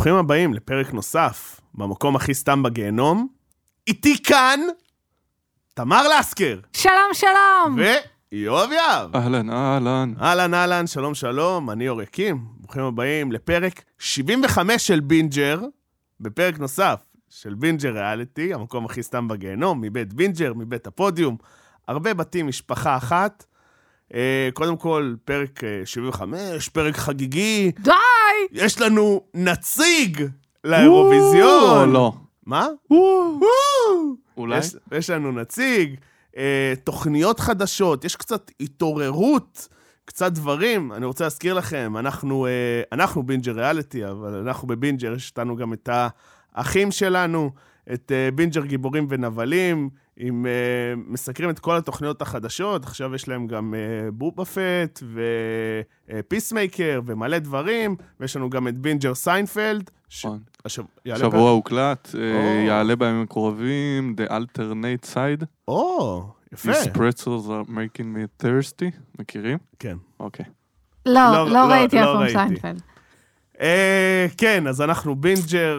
ברוכים הבאים לפרק נוסף, במקום הכי סתם בגיהנום. איתי כאן, תמר לסקר. שלום, שלום. ויואב יאב. אהלן, אהלן. אהלן, אהלן, שלום, שלום. אני אור יקים. ברוכים הבאים לפרק 75 של בינג'ר, בפרק נוסף של בינג'ר ריאליטי, המקום הכי סתם בגיהנום, מבית בינג'ר, מבית הפודיום. הרבה בתים, משפחה אחת. קודם כל, פרק 75, פרק חגיגי. די! יש לנו נציג לאירוויזיון. לא. מה? אולי? יש לנו נציג, תוכניות חדשות, יש קצת התעוררות, קצת דברים. אני רוצה להזכיר לכם, אנחנו בינג'ר ריאליטי, אבל אנחנו בבינג'ר, יש אותנו גם את האחים שלנו, את בינג'ר גיבורים ונבלים, מסקרים את כל התוכניות החדשות. עכשיו יש להם גם בובה פט ופיסמייקר ומלא דברים, ויש לנו גם את בינג'ר סיינפלד. שבוע הוקלט, יעלה בימים הקרובים, The Alternate Side. יפה. These pretzels are making me thirsty. מכירים? כן. אוקיי. לא ראיתי אף פעם סיינפלד. כן, אז אנחנו בינג'ר,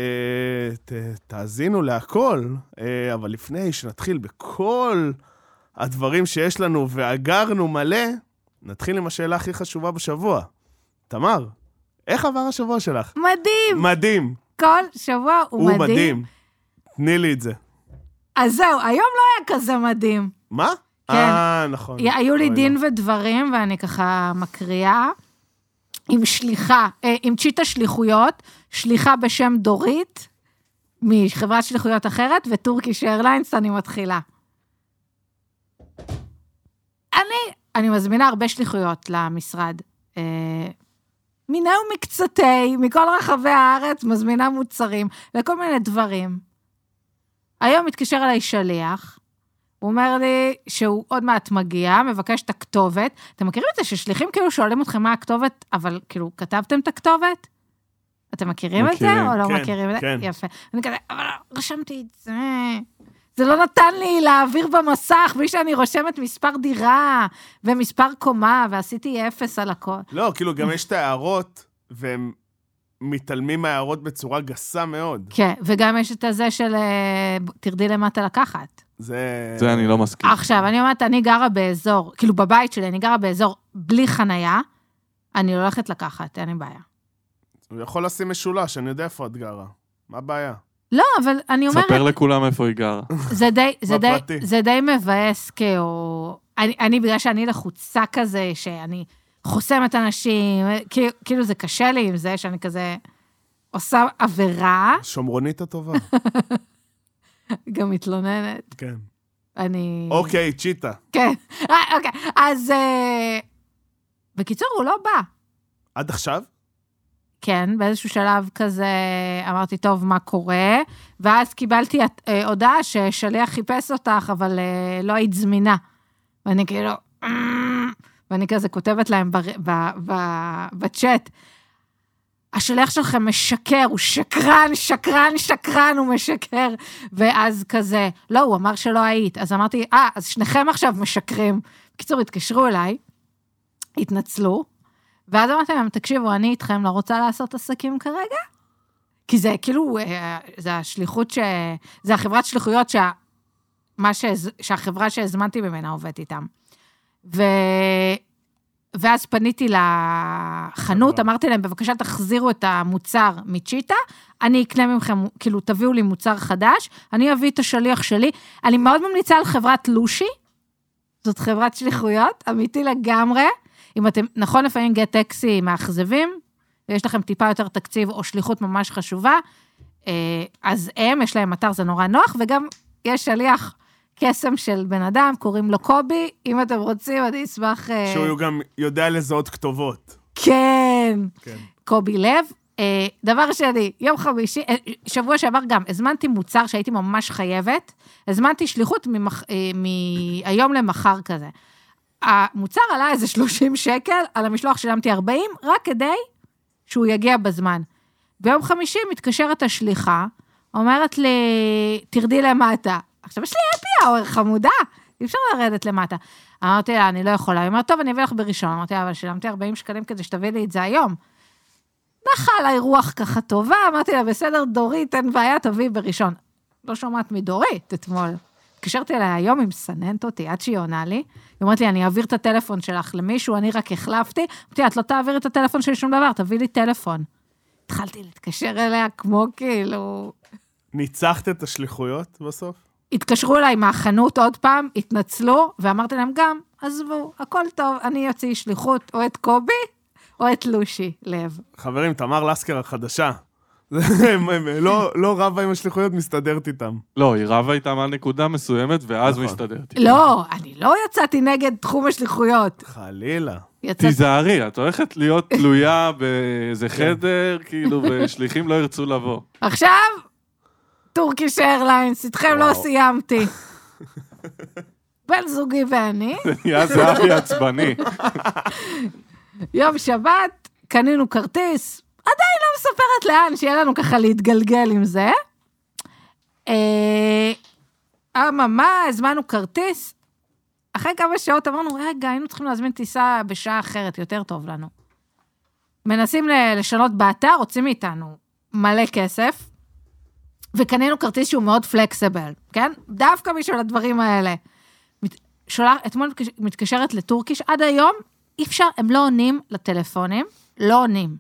תאזינו להכל, אבל לפני שנתחיל בכל הדברים שיש לנו ואגרנו מלא, נתחיל עם השאלה הכי חשובה בשבוע. תמר, איך עבר השבוע שלך? מדהים. מדהים. כל שבוע הוא מדהים. מדהים. תני לי את זה. אז זהו, היום לא היה כזה מדהים. מה? כן. נכון. היו לי דין ודברים, ואני ככה מקריאה, עם צ'יטה שליחויות, שליחה בשם דורית, מחברת שליחויות אחרת, וטורקיש איירליינס, אני מתחילה. אני מזמינה הרבה שליחויות למשרד. מיני ומקצתי, מכל רחבי הארץ, מזמינה מוצרים, וכל מיני דברים. היום מתקשר אליי שליח, הוא אומר לי שהוא עוד מעט מגיע, מבקש את הכתובת. אתם מכירים את זה ששליחים כאילו שואלים אתכם מה הכתובת, אבל כאילו כתבתם את הכתובת? אתם מכירים את זה או לא מכירים את זה? יפה. אני כזה, אבל רשמתי את זה. זה לא נתן לי להעביר במסך, בלי שאני רושמת מספר דירה, ומספר קומה, ועשיתי 0 על הכל. לא, כאילו גם יש את ההערות, והם מתעלמים מההערות בצורה גסה מאוד. כן, וגם יש את הזה של תרדי למטה לקחת. זה אני לא מסכים. עכשיו, אני אומרת, אני גרה באזור, כאילו בבית שלי, אני גרה באזור בלי חנייה, אני הולכת לקחת, אין לי בעיה. הוא יכול לשים משולש, אני יודע איפה את גרה. מה הבעיה? לא, אבל אני אומרת... ספר לכולם איפה היא גרה. זה די מבאס, כאילו... אני, בגלל שאני לחוצה כזה, שאני חוסמת אנשים, כאילו זה קשה לי עם זה, שאני כזה עושה עבירה. שומרונית הטובה. גם מתלוננת. כן. אני... אוקיי, צ'יטה. כן, אוקיי. אז... בקיצור, הוא לא בא. עד עכשיו? כן, באיזשהו שלב כזה אמרתי, טוב, מה קורה? ואז קיבלתי הודעה ששליח חיפש אותך, אבל לא היית זמינה. ואני כאילו... ואני כזה כותבת להם בצ'אט, השליח שלכם משקר, הוא שקרן, שקרן, שקרן, הוא משקר. ואז כזה, לא, הוא אמר שלא היית. אז אמרתי, אז שניכם עכשיו משקרים. בקיצור, התקשרו אליי, התנצלו, ואז אמרתי להם, תקשיבו, אני איתכם לא רוצה לעשות עסקים כרגע, כי זה כאילו, זה השליחות זה החברת שליחויות שהחברה שהזמנתי ממנה עובדת איתם. ואז פניתי לחנות, אמרתי להם, בבקשה תחזירו את המוצר מצ'יטה, אני אקנה ממכם, כאילו תביאו לי מוצר חדש, אני אביא את השליח שלי, אני מאוד ממליצה על חברת לושי, זאת חברת שליחויות, אמיתי לגמרי, אם אתם, נכון לפעמים גט טקסי מאכזבים, ויש לכם טיפה יותר תקציב או שליחות ממש חשובה, אז יש להם אתר, זה נורא נוח, וגם יש שליח קסם של בן אדם, קוראים לו קובי, אם אתם רוצים, אני אשמח... שהוא גם יודע לזהות כתובות. כן. קובי לב. דבר שני, יום חמישי, שבוע שעבר גם, הזמנתי מוצר שהייתי ממש חייבת, הזמנתי שליחות מהיום למחר כזה. המוצר עלה איזה 30 שקל, על המשלוח שילמתי 40, רק כדי שהוא יגיע בזמן. ביום חמישי מתקשרת השליחה, אומרת לי, תרדי למטה. עכשיו יש לי אפי האור, חמודה, אי אפשר לרדת למטה. אמרתי לה, אני לא יכולה. היא אומרת, טוב, אני אביא לך בראשון. אמרתי לה, אבל שילמתי 40 שקלים כדי שתביא לי את זה היום. נחה עליי רוח ככה טובה, אמרתי לה, בסדר, דורית, אין בעיה, תביא בראשון. לא שומעת מדורית אתמול. התקשרתי אליה היום, היא מסננת אותי, עד שהיא עונה לי, היא אומרת לי, אני אעביר את הטלפון שלך למישהו, אני רק החלפתי, אמרתי, את לא תעביר את הטלפון שלי שום דבר, תביא לי טלפון. התחלתי להתקשר אליה כמו כאילו... ניצחת את השליחויות בסוף? התקשרו אליי מהחנות עוד פעם, התנצלו, ואמרתי להם גם, עזבו, הכל טוב, אני יוציא שליחות או את קובי, או את לושי, לב. חברים, תמר לסקר החדשה. לא רבה עם השליחויות, מסתדרת איתם. לא, היא רבה איתם על נקודה מסוימת, ואז מסתדרת איתם. לא, אני לא יצאתי נגד תחום השליחויות. חלילה. תיזהרי, את הולכת להיות תלויה באיזה חדר, כאילו, ושליחים לא ירצו לבוא. עכשיו, טורקיש איירליינס, איתכם לא סיימתי. בן זוגי ואני. נהיה זהבי עצבני. יום שבת, קנינו כרטיס, עדיין לא מספרת לאן, שיהיה לנו ככה להתגלגל עם זה. הזמנו כרטיס, אחרי כמה שעות אמרנו, רגע, היינו צריכים להזמין טיסה בשעה אחרת, יותר טוב לנו. מנסים לשנות באתר, רוצים מאיתנו מלא כסף, וקנינו כרטיס שהוא מאוד פלקסיבל, כן? דווקא בשביל הדברים האלה. אתמול מתקשרת לטורקיש, עד היום אי אפשר, הם לא עונים לטלפונים, לא עונים.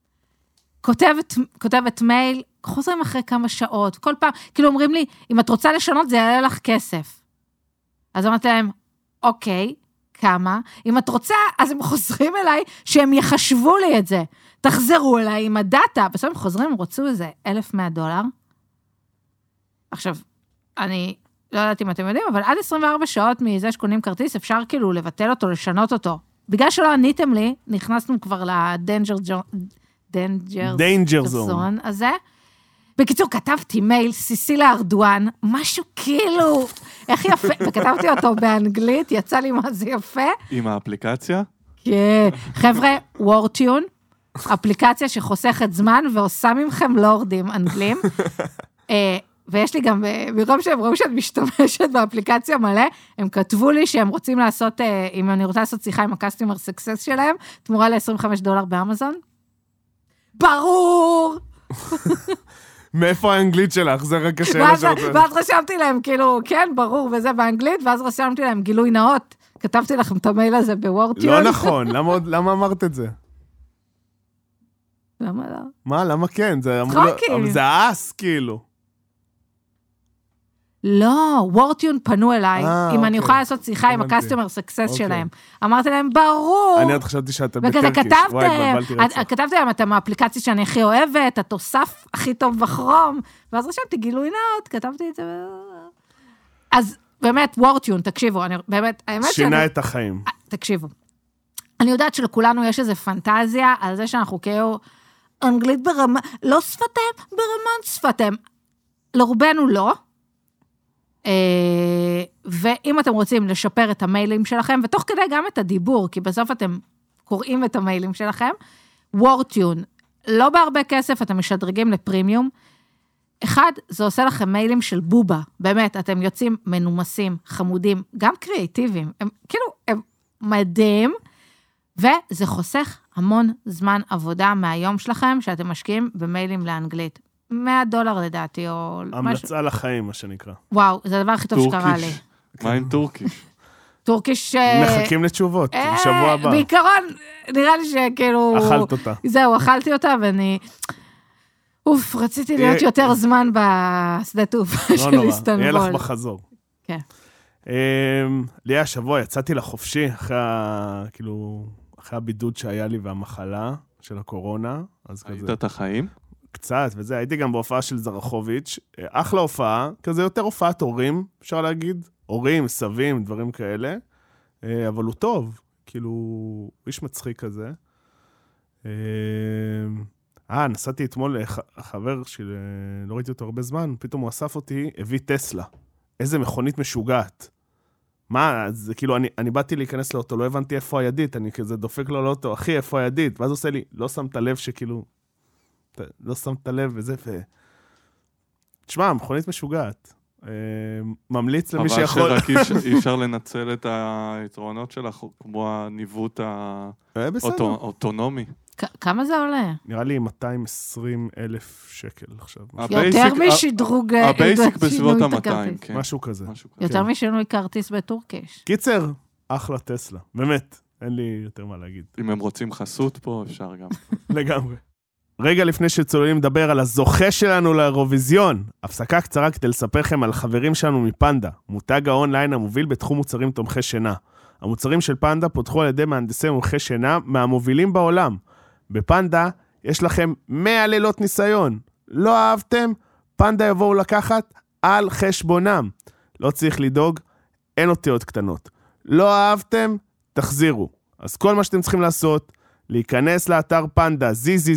כותבת מייל, חוזרים אחרי כמה שעות, כל פעם, כאילו אומרים לי, אם את רוצה לשנות, זה יעלה לך כסף. אז אמרתי להם, אוקיי, כמה? אם את רוצה, אז הם חוזרים אליי, שהם יחשבו לי את זה. תחזרו אליי עם הדאטה. בסוף הם חוזרים, הם רוצו איזה $1,100. עכשיו, אני לא יודעת אם אתם יודעים, אבל עד 24 שעות מזה שקונים כרטיס, אפשר כאילו לבטל אותו, לשנות אותו. בגלל שלא עניתם לי, נכנסנו כבר לדנג'ר זון הזה. בקיצור, כתבתי מייל, סיסילה ארדואן, משהו כאילו, איך יפה, וכתבתי אותו באנגלית, יצא לי מה זה יפה. עם האפליקציה? כן, חבר'ה, וורטיון, אפליקציה שחוסכת זמן, ועושה ממכם לורדים אנגלים, ויש לי גם, ברוב שהם רואים שאת משתמשת באפליקציה מלא, הם כתבו לי שהם רוצים לעשות, אם אני רוצה לעשות שיחה עם הקסטומר סקסס שלהם, תמורה $25 באמזון. ברור! מאיפה האנגלית שלך? זה רק השאלה שאת... ואז רשמתי להם, כאילו, כן, ברור, וזה באנגלית, ואז רשמתי להם גילוי נאות. כתבתי לכם את המייל הזה בוורטיון. לא נכון, למה אמרת את זה? למה לא? מה, למה כן? צחוקים. זה האס, כאילו. לא, וורטיון פנו אליי, אם אני יכולה לעשות שיחה עם הקסטומר סקסס שלהם. אמרתי להם, ברור. אני עוד חשבתי שאתה בטרקיש. כתבתי להם, אתם האפליקציה שאני הכי אוהבת, התוסף הכי טוב בחרום, ואז רשמתי גילוי נאות, כתבתי את זה. אז באמת, וורטיון, תקשיבו, באמת, שינה את החיים. תקשיבו. אני יודעת שלכולנו יש איזו פנטזיה, על זה שאנחנו כאילו, אנגלית ברמה, לא שפתם, ברמת שפתם. לרובנו לא. ואם אתם רוצים לשפר את המיילים שלכם, ותוך כדי גם את הדיבור, כי בסוף אתם קוראים את המיילים שלכם, וורטיון, לא בהרבה כסף, אתם משדרגים לפרימיום, אחד, זה עושה לכם מיילים של בובה, באמת, אתם יוצאים מנומסים, חמודים, גם קריאטיביים, הם כאילו, הם מדהים, וזה חוסך המון זמן עבודה מהיום שלכם, שאתם משקיעים במיילים לאנגלית. $100 לדעתי, או... המלצה לחיים, מה שנקרא. וואו, זה הדבר הכי טוב שקרה לי. מה עם טורקיש? טורקיש... מחכים לתשובות, בשבוע הבא. בעיקרון, נראה לי שכאילו... אכלת אותה. זהו, אכלתי אותה, ואני... רציתי להיות יותר זמן בשדה תעופה של איסטנבול. יהיה לך בחזור. כן. לי השבוע יצאתי לחופשי, אחרי הבידוד שהיה לי והמחלה של הקורונה. היית את החיים? קצת, וזה, הייתי גם בהופעה של זרחוביץ', אחלה הופעה, כזה יותר הופעת הורים, אפשר להגיד, הורים, סבים, דברים כאלה, אבל הוא טוב, כאילו, איש מצחיק כזה. נסעתי אתמול לחבר שלא ראיתי אותו הרבה זמן, פתאום הוא אסף אותי, הביא טסלה, איזה מכונית משוגעת. מה, זה כאילו, אני באתי להיכנס לאוטו, לא הבנתי איפה הידית, אני כזה דופק לו לאוטו, אחי, איפה הידית? ואז הוא עושה לי, לא שמת לב שכאילו, לא שמת לב וזה, תשמע, מכונית משוגעת. ממליץ למי שיכול... אבל שרק אי אפשר לנצל את היתרונות שלך, כמו הניווט האוטונומי. כמה זה עולה? נראה לי 220,000 שקל עכשיו. יותר משדרוג... הבייסיק בסביבות ה-200, כן. משהו כזה. יותר משינוי כרטיס בטורקיש. קיצר, אחלה טסלה. באמת, אין לי יותר מה להגיד. אם הם רוצים חסות פה, אפשר גם. לגמרי. רגע לפני שצוללים לדבר על הזוכה שלנו לאירוויזיון, הפסקה קצרה כדי לספר לכם על חברים שלנו מפנדה, מותג האונליין המוביל בתחום מוצרים תומכי שינה. המוצרים של פנדה פותחו על ידי מהנדסי מומחי שינה מהמובילים בעולם. בפנדה יש לכם 100 לילות ניסיון. לא אהבתם? פנדה יבואו לקחת על חשבונם. לא צריך לדאוג, אין אותיות קטנות. לא אהבתם? תחזירו. אז כל מה שאתם צריכים לעשות, להיכנס לאתר פנדה,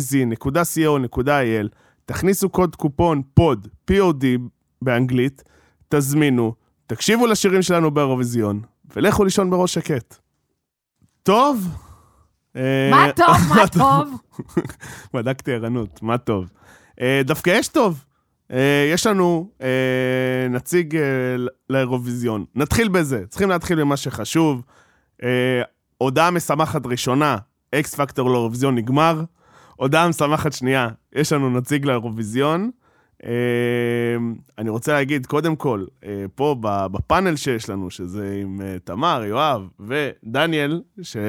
zzz.co.il, תכניסו קוד קופון פוד, POD באנגלית, תזמינו, תקשיבו לשירים שלנו באירוויזיון, ולכו לישון בראש שקט. טוב? מה טוב, מה טוב? בדקתי ערנות, מה טוב? דווקא יש טוב. יש לנו נציג לאירוויזיון. נתחיל בזה, צריכים להתחיל במה שחשוב. הודעה משמחת ראשונה, אקס פקטור לאירוויזיון נגמר. הודעה משמחת שנייה, יש לנו נציג לאירוויזיון. אני רוצה להגיד, קודם כל, פה בפאנל שיש לנו, שזה עם תמר, יואב ודניאל,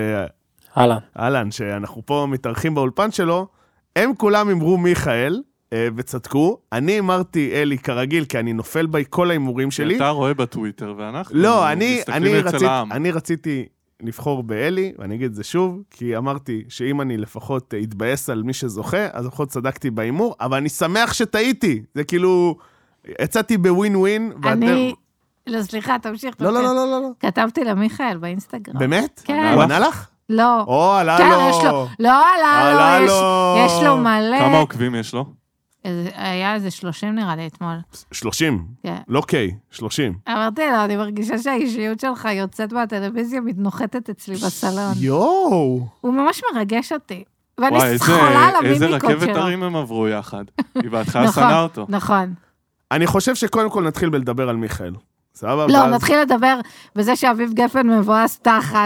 אהלן, שאנחנו פה מתארחים באולפן שלו, הם כולם אמרו מיכאל, וצדקו. אני אמרתי אלי כרגיל, כי אני נופל בי כל האימורים שלי. אתה רואה בטוויטר, ואנחנו מסתכלים אצל העם. אני רציתי לבחור באלי, ואני אגיד את זה שוב, כי אמרתי שאם אני לפחות אתבאס על מי שזוכה, אז לפחות צדקתי באימור, אבל אני שמח שטעיתי. זה כאילו, יצאתי בווין ווין. לא, סליחה, תמשיך. לא. כתבתי למיכאל באינסטגרם. באמת? כן. הוא ענה לך? לא. או, עלה לו. לא עלה לו, יש לו מלא. כמה עוקבים יש לו? היה איזה 30 נראה לי אתמול. 30? כן. לא קיי, 30. אמרתי לו, אני מרגישה שהאישיות שלך יוצאת מהטלוויזיה, מתנוחתת אצלי בסלון. יואו. הוא ממש מרגש אותי. ואני חולה על המימיקות שלו. איזה רכבת הרים הם עברו יחד. היא בהתחלה שנאה אותו. נכון. אני חושב שקודם כל נתחיל בלדבר על מיכאל. סבבה? לא, נתחיל לדבר בזה שאביב גפן מבואס תחת.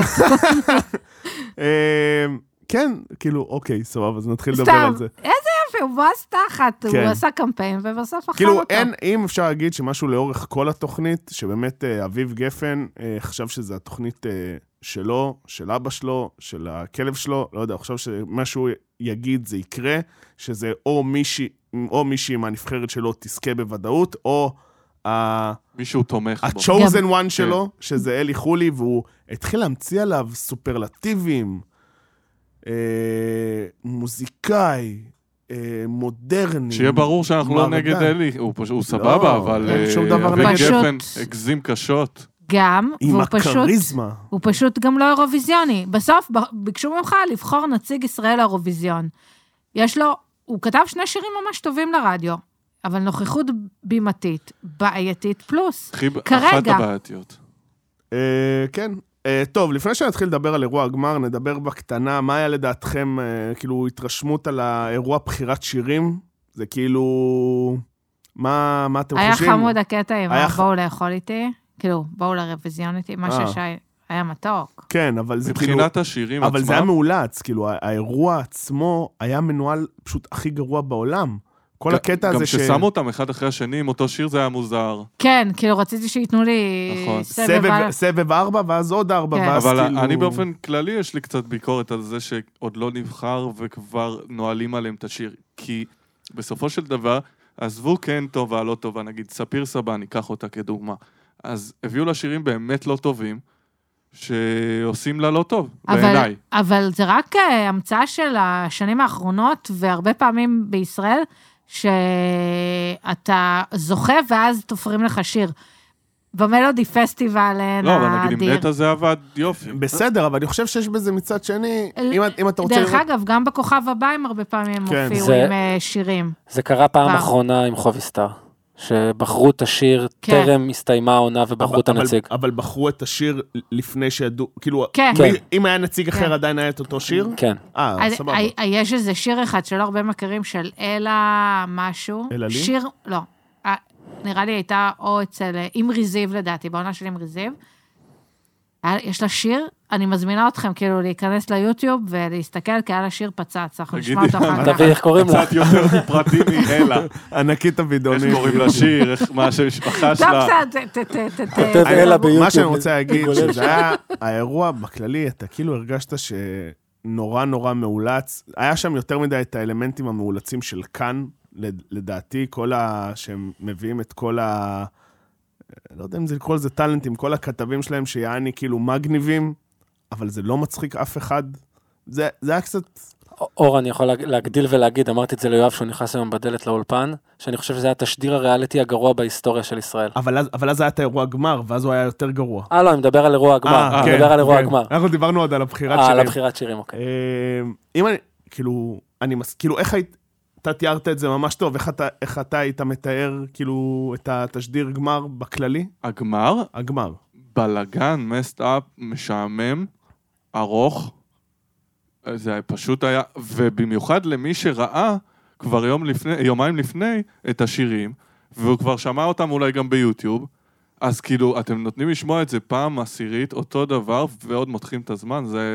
כן, כאילו, אוקיי, סבבה, אז נתחיל לדבר על זה. איזה יופי, הוא מבואס תחת, הוא עשה קמפיין, ובסוף אכל כאילו, אותו. אם אפשר להגיד שמשהו לאורך כל התוכנית, שבאמת אביב גפן חשב שזה התוכנית שלו, של אבא שלו, של הכלב שלו, לא יודע, חושב שמשהו יגיד זה יקרה, שזה או מישהי מהנבחרת שלו תזכה בוודאות, או מישהו תומך בו. ה-chosen one שלו, שזה אלי חולי, והוא התחיל להמציא עליו סופרלטיבים, מוזיקאי, מודרני. שיהיה ברור שאנחנו לא נגד אלי, הוא סבבה, אבל אביב גפן הגזים קשות. גם, עם הקריזמה. הוא פשוט גם לא אירוויזיוני. בסוף ביקשו ממך לבחור נציג ישראל לאירוויזיון. יש לו, הוא כתב 2 שירים ממש טובים לרדיו, אבל נוכחות בימתית, בעייתית פלוס. כרגע. אחת הבעייתיות. כן. טוב, לפני שנתחיל לדבר על אירוע הגמר, נדבר בקטנה, מה היה לדעתכם, כאילו, התרשמות על האירוע בחירת שירים? זה כאילו, מה אתם חושבים? היה חמוד הקטע עם בואו לאכול איתי, כאילו, בואו לרוויזיון איתי, מה שהיה מתוק. כן, אבל זה כאילו... מבחינת השירים עצמם. אבל זה היה מאולץ, כאילו, האירוע עצמו היה מנוהל פשוט הכי גרוע בעולם. כל הקטע הזה גם ששמו אותם אחד אחרי השני, עם אותו שיר זה היה מוזר. כן, כאילו רציתי שיתנו לי סבב 4, ואז עוד 4, ואז כאילו... אבל אני באופן כללי, יש לי קצת ביקורת על זה שעוד לא נבחר, וכבר נועלים עליהם את השיר. כי בסופו של דבר, עזבו כן טובה, לא טובה, נגיד ספיר סבא, ניקח אותה כדוגמה. אז הביאו לה שירים באמת לא טובים, שעושים לה לא טוב, בעיניי. אבל זה רק המצאה של השנים האחרונות, והרבה פעמים בישראל, שאתה זוכה ואז תופרים לך שיר. במלודי פסטיבל האדיר. לא, אבל נגיד, עם נטע זה עבד יופי. בסדר, אבל אני חושב שיש בזה מצד שני, אם אתה רוצה... דרך אגב, גם בכוכב הבאים הרבה פעמים מופיעו עם שירים. זה קרה פעם אחרונה עם חוביסטאר. שבחרו את השיר, טרם הסתיימה העונה ובחרו את הנציג. אבל בחרו את השיר לפני שידעו, כאילו, אם היה נציג אחר עדיין היה את אותו שיר? כן. סבבה. יש איזה שיר אחד שלא הרבה מכירים של אלה משהו. אלה לי? שיר, לא. נראה לי הייתה או אצל אמרי זיו לדעתי, בעונה של אמרי זיו. יש לה שיר, אני מזמינה אתכם כאילו להיכנס ליוטיוב ולהסתכל, כי היה לה שיר פצץ, אנחנו נשמע אותה אחר כך. תביא, איך קוראים לה? קצת יותר פרטים מאלה. ענקית הבידונים. איך קוראים לשיר, מה שהמשפחה שלה. כותב אלה ביוטיוב. מה שאני רוצה להגיד, שזה היה האירוע בכללי, אתה כאילו הרגשת שנורא נורא מאולץ. היה שם יותר מדי את האלמנטים המאולצים של כאן, לדעתי, שהם מביאים את כל לא יודע אם זה לקרוא לזה טלנטים, כל הכתבים שלהם שיעני כאילו מגניבים, אבל זה לא מצחיק אף אחד. זה היה קצת... אור, אני יכול להגדיל ולהגיד, אמרתי את זה ליואב שהוא נכנס היום בדלת לאולפן, שאני חושב שזה היה תשדיר הריאליטי הגרוע בהיסטוריה של ישראל. אבל אז היה את האירוע הגמר, ואז הוא היה יותר גרוע. לא, אני מדבר על אירוע הגמר. אני מדבר על אירוע הגמר. אנחנו דיברנו עוד על הבחירת שירים. על הבחירת שירים, אוקיי. אם אני, כאילו, איך אתה תיארת את זה ממש טוב, איך אתה היית מתאר, כאילו, את התשדיר גמר בכללי? הגמר? הגמר. בלגן, מסט-אפ, משעמם, ארוך, זה פשוט היה, ובמיוחד למי שראה כבר יומיים לפני את השירים, והוא כבר שמע אותם אולי גם ביוטיוב, אז כאילו, אתם נותנים לשמוע את זה פעם עשירית, אותו דבר, ועוד מותחים את הזמן, זה...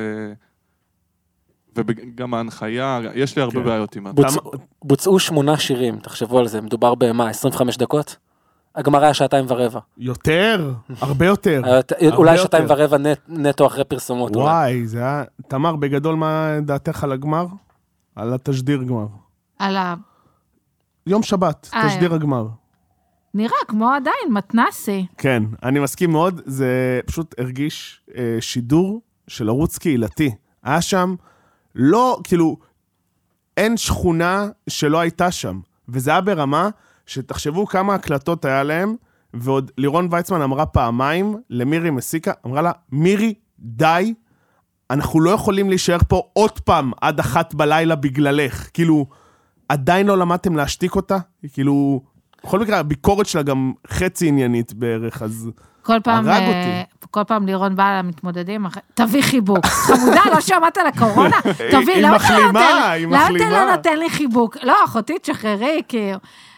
וגם ההנחיה, יש לי הרבה בעיות עם זה. בוצעו 8 שירים, תחשבו על זה, מדובר במה, 25 דקות? הגמר היה 2:15. יותר, הרבה יותר. אולי 2:15 נטו אחרי פרסומות. וואי, זה היה... תמר, בגדול, מה דעתך על הגמר? על התשדיר גמר. על יום שבת, תשדיר הגמר. נראה כמו עדיין, מתנסי. כן, אני מסכים מאוד, זה פשוט הרגיש שידור של ערוץ קהילתי. היה שם, לא, כאילו, אין שכונה שלא הייתה שם, וזה היה ברמה שתחשבו כמה הקלטות היה להם, ועוד לירון ויצמן אמרה פעמיים למירי מסיקה, אמרה לה, מירי, די, אנחנו לא יכולים להישאר פה עוד פעם עד 1 בלילה בגללך, כאילו, עדיין לא למדתם להשתיק אותה, כאילו, בכל מקרה, הביקורת שלה גם חצי עניינית בערך, אז הרג אותי. כל פעם לירון באה למתמודדים, תביא חיבוק. חמודה, לא שמעת על הקורונה? תביא, למה אתה לא נותן לי חיבוק? לא, אחותי, תשחררי, כאילו.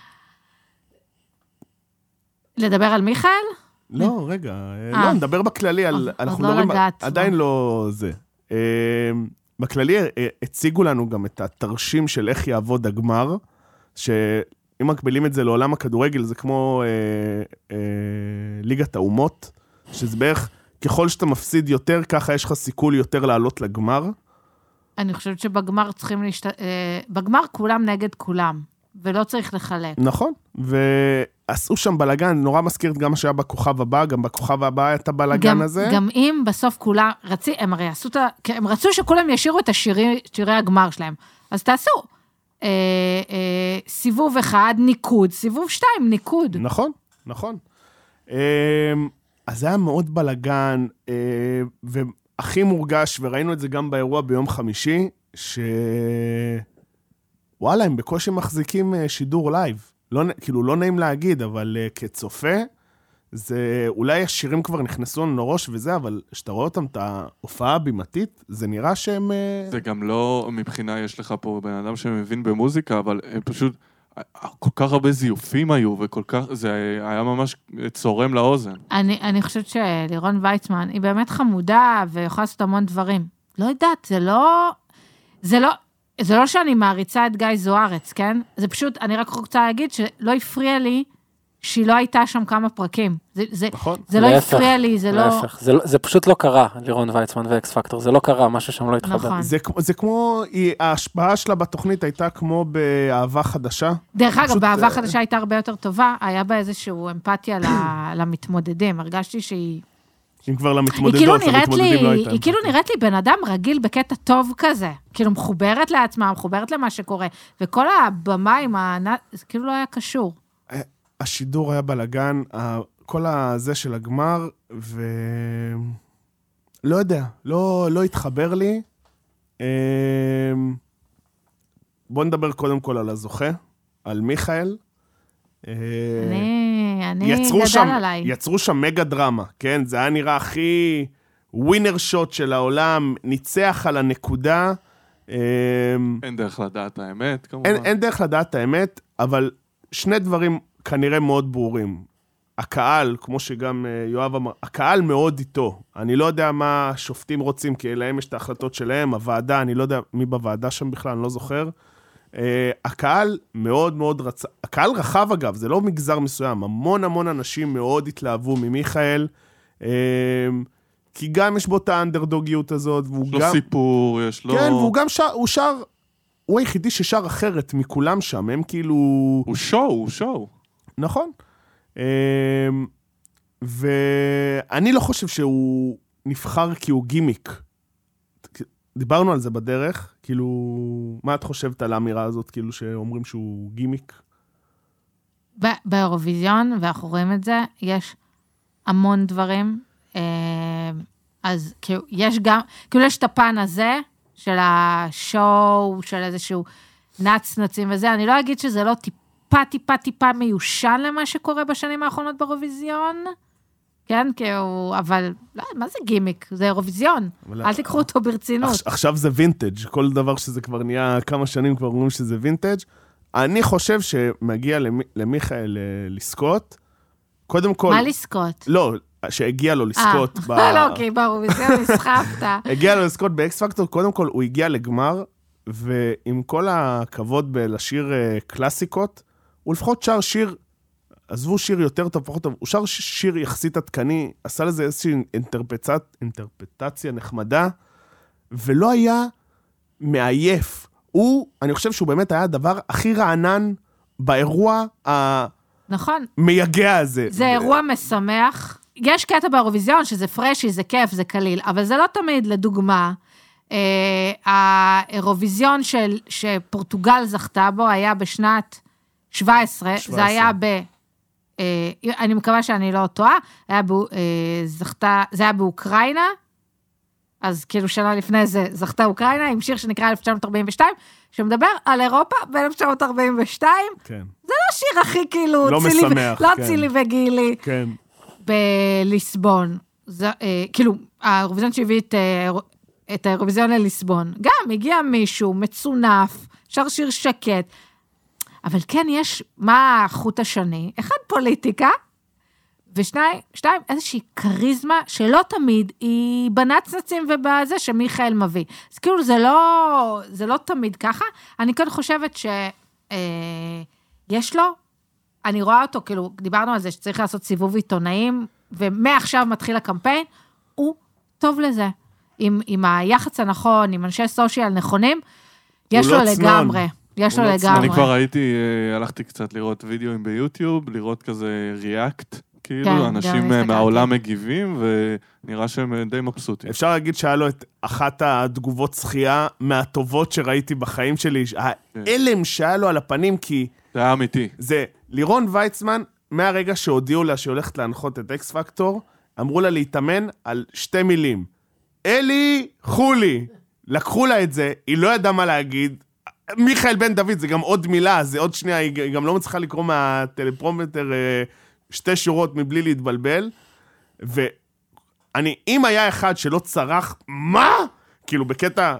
לדבר על מיכאל? לא, רגע, לא, נדבר בכללי, אנחנו מדברים, עדיין לא זה. בכללי הציגו לנו גם את התרשים של איך יעבוד הגמר, שאם מקבלים את זה לעולם הכדורגל, זה כמו ליגת האומות, שזה בערך, ככל שאתה מפסיד יותר, ככה יש לך סיכוי יותר לעלות לגמר. אני חושבת שבגמר צריכים בגמר כולם נגד כולם, ולא צריך לחלק. נכון, ועשו שם בלגן, נורא מזכיר גם מה שהיה בכוכב הבא, גם בכוכב הבא היה את הבלגן הזה. גם אם בסוף כולם, הם הרי עשו הם רצו שכולם ישירו את שירי הגמר שלהם, אז תעשו. סיבוב 1, ניקוד, סיבוב 2, ניקוד. נכון, נכון. אז זה היה מאוד בלגן, והכי מורגש, וראינו את זה גם באירוע ביום חמישי, וואלה, הם בקושי מחזיקים שידור לייב. כאילו, לא נעים להגיד, אבל כצופה, זה, אולי השירים כבר נכנסו לנו לראש וזה, אבל כשאתה רואה אותם, את ההופעה הבימתית, זה נראה שהם... זה גם לא, מבחינה, יש לך פה בן אדם שמבין במוזיקה, אבל הם פשוט, כל כך הרבה זיופים היו, וכל כך, זה היה ממש צורם לאוזן. אני חושבת שלירון ויצמן, היא באמת חמודה, ויכולה לעשות המון דברים. לא יודעת, זה לא שאני מעריצה את גיא זוארץ, כן? זה פשוט, אני רק רוצה להגיד שלא הפריע לי שהיא לא הייתה שם כמה פרקים. זה לא הפריע לי, זה לא... זה פשוט לא קרה, לירון ויצמן ואקס פקטור, זה לא קרה, משהו שם לא התחבר. זה כמו, ההשפעה שלה בתוכנית הייתה כמו באהבה חדשה. דרך אגב, באהבה חדשה הייתה הרבה יותר טובה, היה בה איזשהו אמפתיה למתמודדים, הרגשתי שהיא... אם כבר למתמודדות, למתמודדים לא הייתה. היא כאילו נראית לי בן אדם רגיל בקטע טוב כזה, כאילו מחוברת לעצמה, מחוברת למה שקורה, וכל הבמה עם זה כאילו לא היה קשור. השידור היה בלגן, כל הזה של הגמר, לא יודע, לא התחבר לי. בוא נדבר קודם כל על הזוכה, על מיכאל. אני גדל עליי. יצרו שם מגה דרמה, כן? זה היה נראה הכי ווינר שוט של העולם, ניצח על הנקודה. אין דרך לדעת האמת, כמובן. אין דרך לדעת האמת, אבל שני דברים כנראה מאוד ברורים. הקהל, כמו שגם יואב אמר, הקהל מאוד איתו. אני לא יודע מה השופטים רוצים, כי להם יש את ההחלטות שלהם, הוועדה, אני לא יודע מי בוועדה שם בכלל, אני לא זוכר. הקהל מאוד מאוד רצה, הקהל רחב אגב, זה לא מגזר מסוים, המון אנשים מאוד התלהבו ממיכאל, כי גם יש בו את האנדרדוגיות הזאת, והוא יש לו גם... סיפור, יש לו... כן, והוא גם שר, הוא שר, הוא היחידי ששר אחרת מכולם שם, הם כאילו... הוא שואו. נכון. ואני לא חושב שהוא נבחר כי הוא גימיק. דיברנו על זה בדרך, כאילו, מה את חושבת על האמירה הזאת, כאילו שאומרים שהוא גימיק? באירוויזיון, ואנחנו רואים את זה, יש המון דברים, אז כאילו, יש גם, כאילו יש את הפן הזה, של השואו, של איזשהו נצנצים וזה, אני לא אגיד שזה לא טיפה מיושן למה שקורה בשנים האחרונות באירוויזיון, כן, כאילו, אבל, לא, מה זה גימיק? זה אירוויזיון, אל תיקחו אותו ברצינות. עכשיו זה וינטג', כל דבר שזה כבר נהיה כמה שנים כבר אומרים שזה וינטג'. אני חושב שמגיע למיכאל לזכות, קודם כל... מה לזכות? לא, שהגיע לו לזכות. לא, כי באירוויזיון נסחפת. הגיע לו לזכות באקס פקטור, קודם כל הוא הגיע לגמר, ועם כל הכבוד בלשיר קלאסיקות, הוא לפחות שר שיר, עזבו שיר יותר טוב, פחות טוב, הוא שר שיר יחסית עדכני, עשה לזה איזושהי אינטרפטציה נחמדה, ולא היה מעייף. אני חושב שהוא באמת היה הדבר הכי רענן באירוע נכון. המייגע הזה. זה אירוע משמח. יש קטע באירוויזיון שזה פרשי, זה כיף, זה קליל, אבל זה לא תמיד, לדוגמה, האירוויזיון שפורטוגל זכתה בו היה בשנת 17. זה היה אני מקווה שאני לא טועה, זה היה באוקראינה, אז כאילו שנה לפני זה זכתה אוקראינה, עם שיר שנקרא 1942, שמדבר על אירופה ב-1942. כן. זה לא שיר הכי כאילו, לא משמח. לא צילי וגילי. כן. בליסבון. כאילו, האירוויזיון שהביא את האירוויזיון לליסבון. גם הגיע מישהו מצונף, שר שיר שקט, אבל כן יש מה החוט השני, אחד פוליטיקה, ושתיים, איזושהי קריזמה שלא תמיד היא בנצנצים ובזה שמיכאל מביא. אז כאילו זה לא תמיד ככה. אני כאן חושבת שיש לו, אני רואה אותו, כאילו דיברנו על זה שצריך לעשות סיבוב עיתונאים, ומעכשיו מתחיל הקמפיין, הוא טוב לזה. עם היחץ הנכון, עם אנשי סושיאל נכונים, יש לו לגמרי. יש לו לגמרי. אני כבר הלכתי קצת לראות וידאוים ביוטיוב, לראות כזה ריאקט, כאילו, אנשים מהעולם מגיבים, ונראה שהם די מבסוטים. אפשר להגיד שהיה לו את אחת התגובות שחייה מהטובות שראיתי בחיים שלי, האלם שהיה לו על הפנים, כי... זה היה אמיתי. זה, לירון ויצמן, מהרגע שהודיעו לה שהיא הולכת להנחות את אקס פקטור, אמרו לה להתאמן על 2 מילים. אלי חולי. לקחו לה את זה, היא לא ידעה מה להגיד, מיכאל בן דוד, זה גם עוד מילה, זה עוד שנייה, היא גם לא מצליחה לקרוא מהטלפרומטר 2 שורות מבלי להתבלבל, אם היה אחד שלא צרח, מה? כאילו בקטע,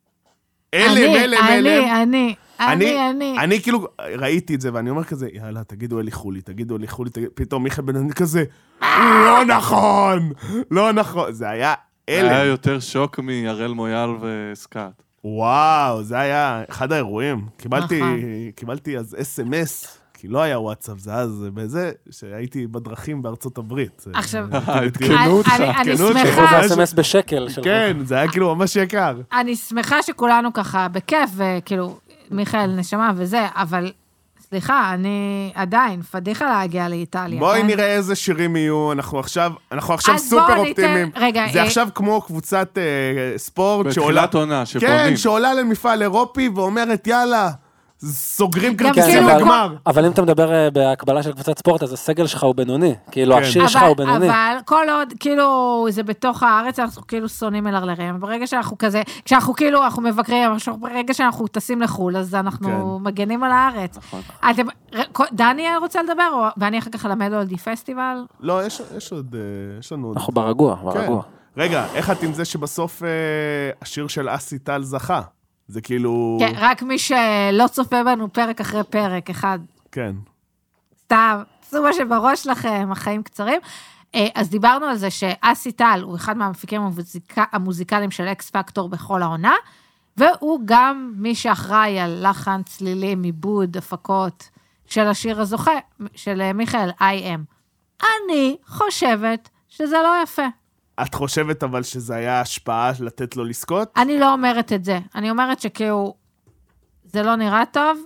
אני כאילו ראיתי את זה, ואני אומר כזה, יאללה, תגידו אלי חולי, פתאום מיכאל בן דוד כזה, לא נכון, זה היה אלם. זה היה יותר שוק מירל מויאל וסקאט. וואו, זה היה אחד האירועים. קיבלתי אז SMS, כי לא היה וואטסאפ, זה אז בזה, שהייתי בדרכים בארצות הברית. עכשיו, התקנו אותך. אני שמחה... זה SMS בשקל. כן, זה היה כאילו ממש יקר. אני שמחה שכולנו ככה בכיף, וכאילו, מיכאל נשמה וזה, אבל... סליחה, אני עדיין, פדיחה להגיע לאיטליה. בואי נראה איזה שירים יהיו, אנחנו עכשיו סופר אופטימיים. זה עכשיו כמו קבוצת ספורט שעולה... בתחילת עונה, שבונים. כן, שעולה למפעל אירופי ואומרת, יאללה, סוגרים כרטיסים לגמר. אבל אם אתה מדבר בהקבלה של קבוצת ספורט, אז הסגל שלך הוא בינוני. כאילו, השיר שלך הוא בינוני. אבל כל עוד, כאילו, זה בתוך הארץ, אנחנו כאילו שונאים מלרלרים. ברגע שאנחנו כזה, כשאנחנו כאילו, אנחנו מבקרים, ברגע שאנחנו טסים לחול, אז אנחנו מגנים על הארץ. דני רוצה לדבר, ואני אחר כך אלמד על די פסטיבל? לא, יש לנו עוד. אנחנו ברגוע. רגע, איך את עם זה שבסוף השיר של אסי טל זכה? זה כאילו... כן, רק מי שלא צופה בנו פרק אחרי פרק, אחד. כן. סתם, עשו מה שבראש לכם, החיים קצרים. אז דיברנו על זה שאסי טל הוא אחד מהמפיקים המוזיקליים של אקס פקטור בכל העונה, והוא גם מי שאחראי על לחן, צלילים, עיבוד, הפקות של השיר הזוכה, של מיכאל, I.M. אני חושבת שזה לא יפה. את חושבת אבל שזה היה השפעה לתת לו לזכות? אני לא אומרת את זה. אני אומרת שכאילו, זה לא נראה טוב,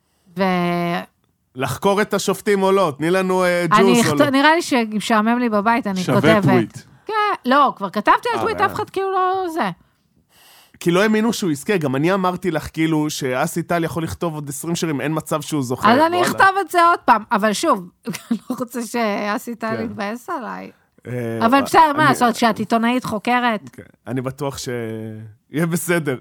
לחקור את השופטים או לא, תני לנו ג'וס או לא. נראה לי שמשעמם לי בבית, אני כותבת. שווה טוויט. כן, לא, כבר כתבתי על טוויט, אף אחד כאילו לא זה. כי לא האמינו שהוא יזכה, גם אני אמרתי לך כאילו שאסי טל יכול לכתוב עוד 20 שירים, אין מצב שהוא זוכה. אז אני אכתוב את זה עוד פעם, אבל שוב, אני לא רוצה שאסי טל יתבאס עליי. אבל בסדר, מה לעשות, שאת עיתונאית חוקרת? אני בטוח שיהיה בסדר.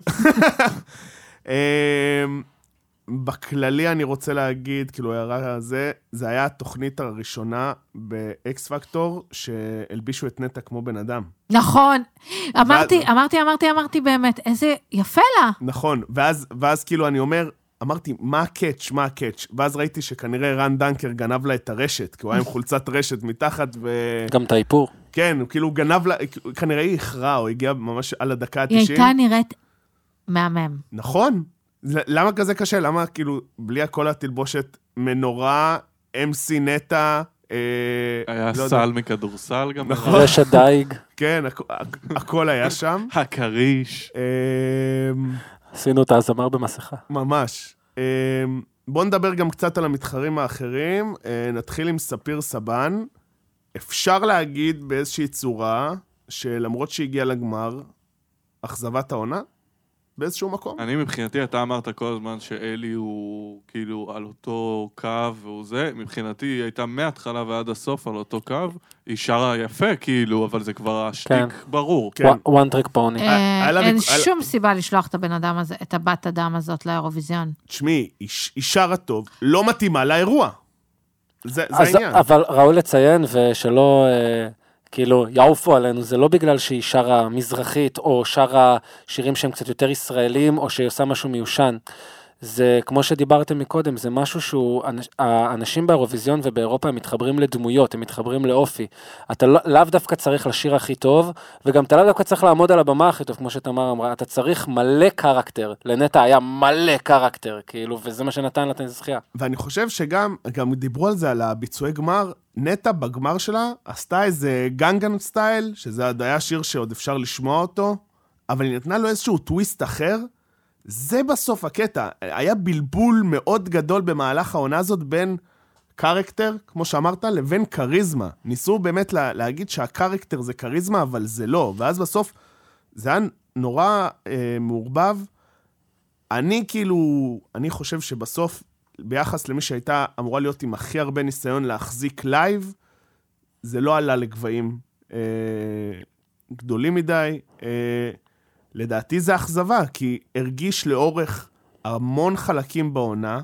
בכללי אני רוצה להגיד, כאילו הערה הזה, זה היה התוכנית הראשונה באקס פקטור, שהלבישו את נטע כמו בן אדם. נכון, אמרתי באמת, איזה יפה לה. נכון, ואז כאילו אני אמרתי, מה הקאץ'? ואז ראיתי שכנראה רן דנקר גנב לה את הרשת, כי הוא היה עם חולצת רשת מתחת גם את האיפור. כן, הוא כאילו גנב לה, כנראה היא הכרעה, או הגיעה ממש על הדקה ה-90. היא הייתה נראית מהמם. נכון. למה כזה קשה? למה כאילו בלי הכל התלבושת מנורה, MC נטע, היה סל מכדורסל גם. רשת דייג. כן, הכל היה שם. הכריש. עשינו את הזמר במסכה. ממש. בואו נדבר גם קצת על המתחרים האחרים. נתחיל עם ספיר סבן. אפשר להגיד באיזושהי צורה, שלמרות שהגיע לגמר, אכזבת העונה, באיזשהו מקום. אני מבחינתי, אתה אמרת כל הזמן שאלי הוא כאילו על אותו קו והוא זה, מבחינתי היא הייתה מההתחלה ועד הסוף על אותו קו, היא שרה יפה כאילו, אבל זה כבר השתיק ברור. one trick pony. אין שום סיבה לשלוח את הבן אדם הזה, את הבת אדם הזאת לאירוויזיון. תשמעי, היא שרה טוב, לא מתאימה לאירוע. זה העניין. אבל ראוי לציין ושלא כאילו יעופו עלינו, זה לא בגלל שהיא שרה מזרחית, או שרה שירים שהם קצת יותר ישראלים, או שהיא עושה משהו מיושן. זה, כמו שדיברתם מקודם, זה משהו שהוא, האנשים באירוויזיון ובאירופה הם מתחברים לדמויות, הם מתחברים לאופי. אתה לאו דווקא צריך לשיר הכי טוב, וגם אתה לאו דווקא צריך לעמוד על הבמה הכי טוב, כמו שתמר אמרה, אתה צריך מלא קרקטר. לנטע היה מלא קרקטר, כאילו, וזה מה שנתן לה את הזכייה. ואני חושב שגם דיברו על זה, על הביצועי גמר, נטע בגמר שלה עשתה איזה גנגן סטייל, שזה היה שיר שעוד אפשר לשמוע אותו, אבל היא נתנה לו איזשהו טוויסט אחר, זה בסוף הקטע. היה בלבול מאוד גדול במהלך העונה הזאת בין קרקטר, כמו שאמרת, לבין קריזמה. ניסו באמת להגיד שהקרקטר זה קריזמה, אבל זה לא. ואז בסוף זה היה נורא מעורבב. אני חושב שבסוף, ביחס למי שהייתה אמורה להיות עם הכי הרבה ניסיון להחזיק לייב, זה לא עלה לגבהים גדולים מדי. לדעתי זה אכזבה, כי הרגיש לאורך המון חלקים בעונה,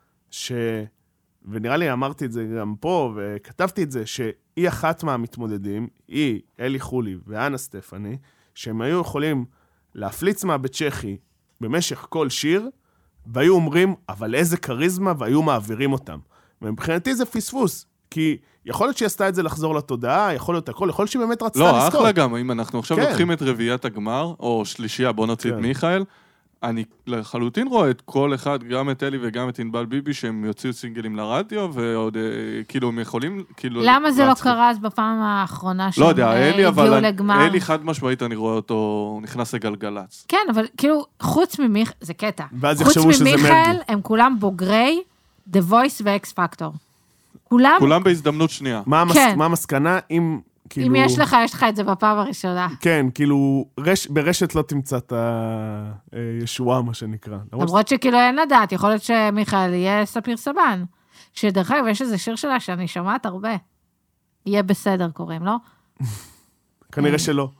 ונראה לי אמרתי את זה גם פה, וכתבתי את זה, שהיא אחת מהמתמודדים, היא, אלי חולי ואנה סטפני, שהם היו יכולים להפליץ מהבית צ'כי במשך כל שיר, והיו אומרים, אבל איזה קריזמה, והיו מעבירים אותם. ומבחינתי זה פספוס, כי יכול להיות שהיא עשתה את זה לחזור לתודעה, יכול להיות הכל, יכול להיות שהיא באמת רצתה לזכות. לא, אחלה גם, אם אנחנו עכשיו לוקחים את רביעיית הגמר, או שלישייה, בוא נוציא את מיכאל, אני לחלוטין רואה את כל אחד, גם את אלי וגם את ענבל ביבי, שהם יוציאו סינגלים לרדיו, ועוד כאילו הם יכולים, כאילו... למה זה לא קרה אז בפעם האחרונה שהם לא יודע, אלי, אבל לגמר? אלי חד משמעית, אני רואה אותו נכנס לגלגלץ. כן, אבל כאילו, חוץ ממיכאל, זה קטע. חוץ ממיכאל, הם כולם בוגרי The Voice ו-X Factor. כולם בהזדמנות שנייה. מה המסקנה אם... אם יש לך את זה בפעם הראשונה. כן, כאילו, ברשת לא תמצא את הישועה, מה שנקרא. למרות שכאילו אין לדעת, יכול להיות שמיכאל יהיה ספיר סבן, שדרך אגב, יש איזה שיר שלה שאני שומעת הרבה. יהיה בסדר קוראים, לא? כנראה שלא.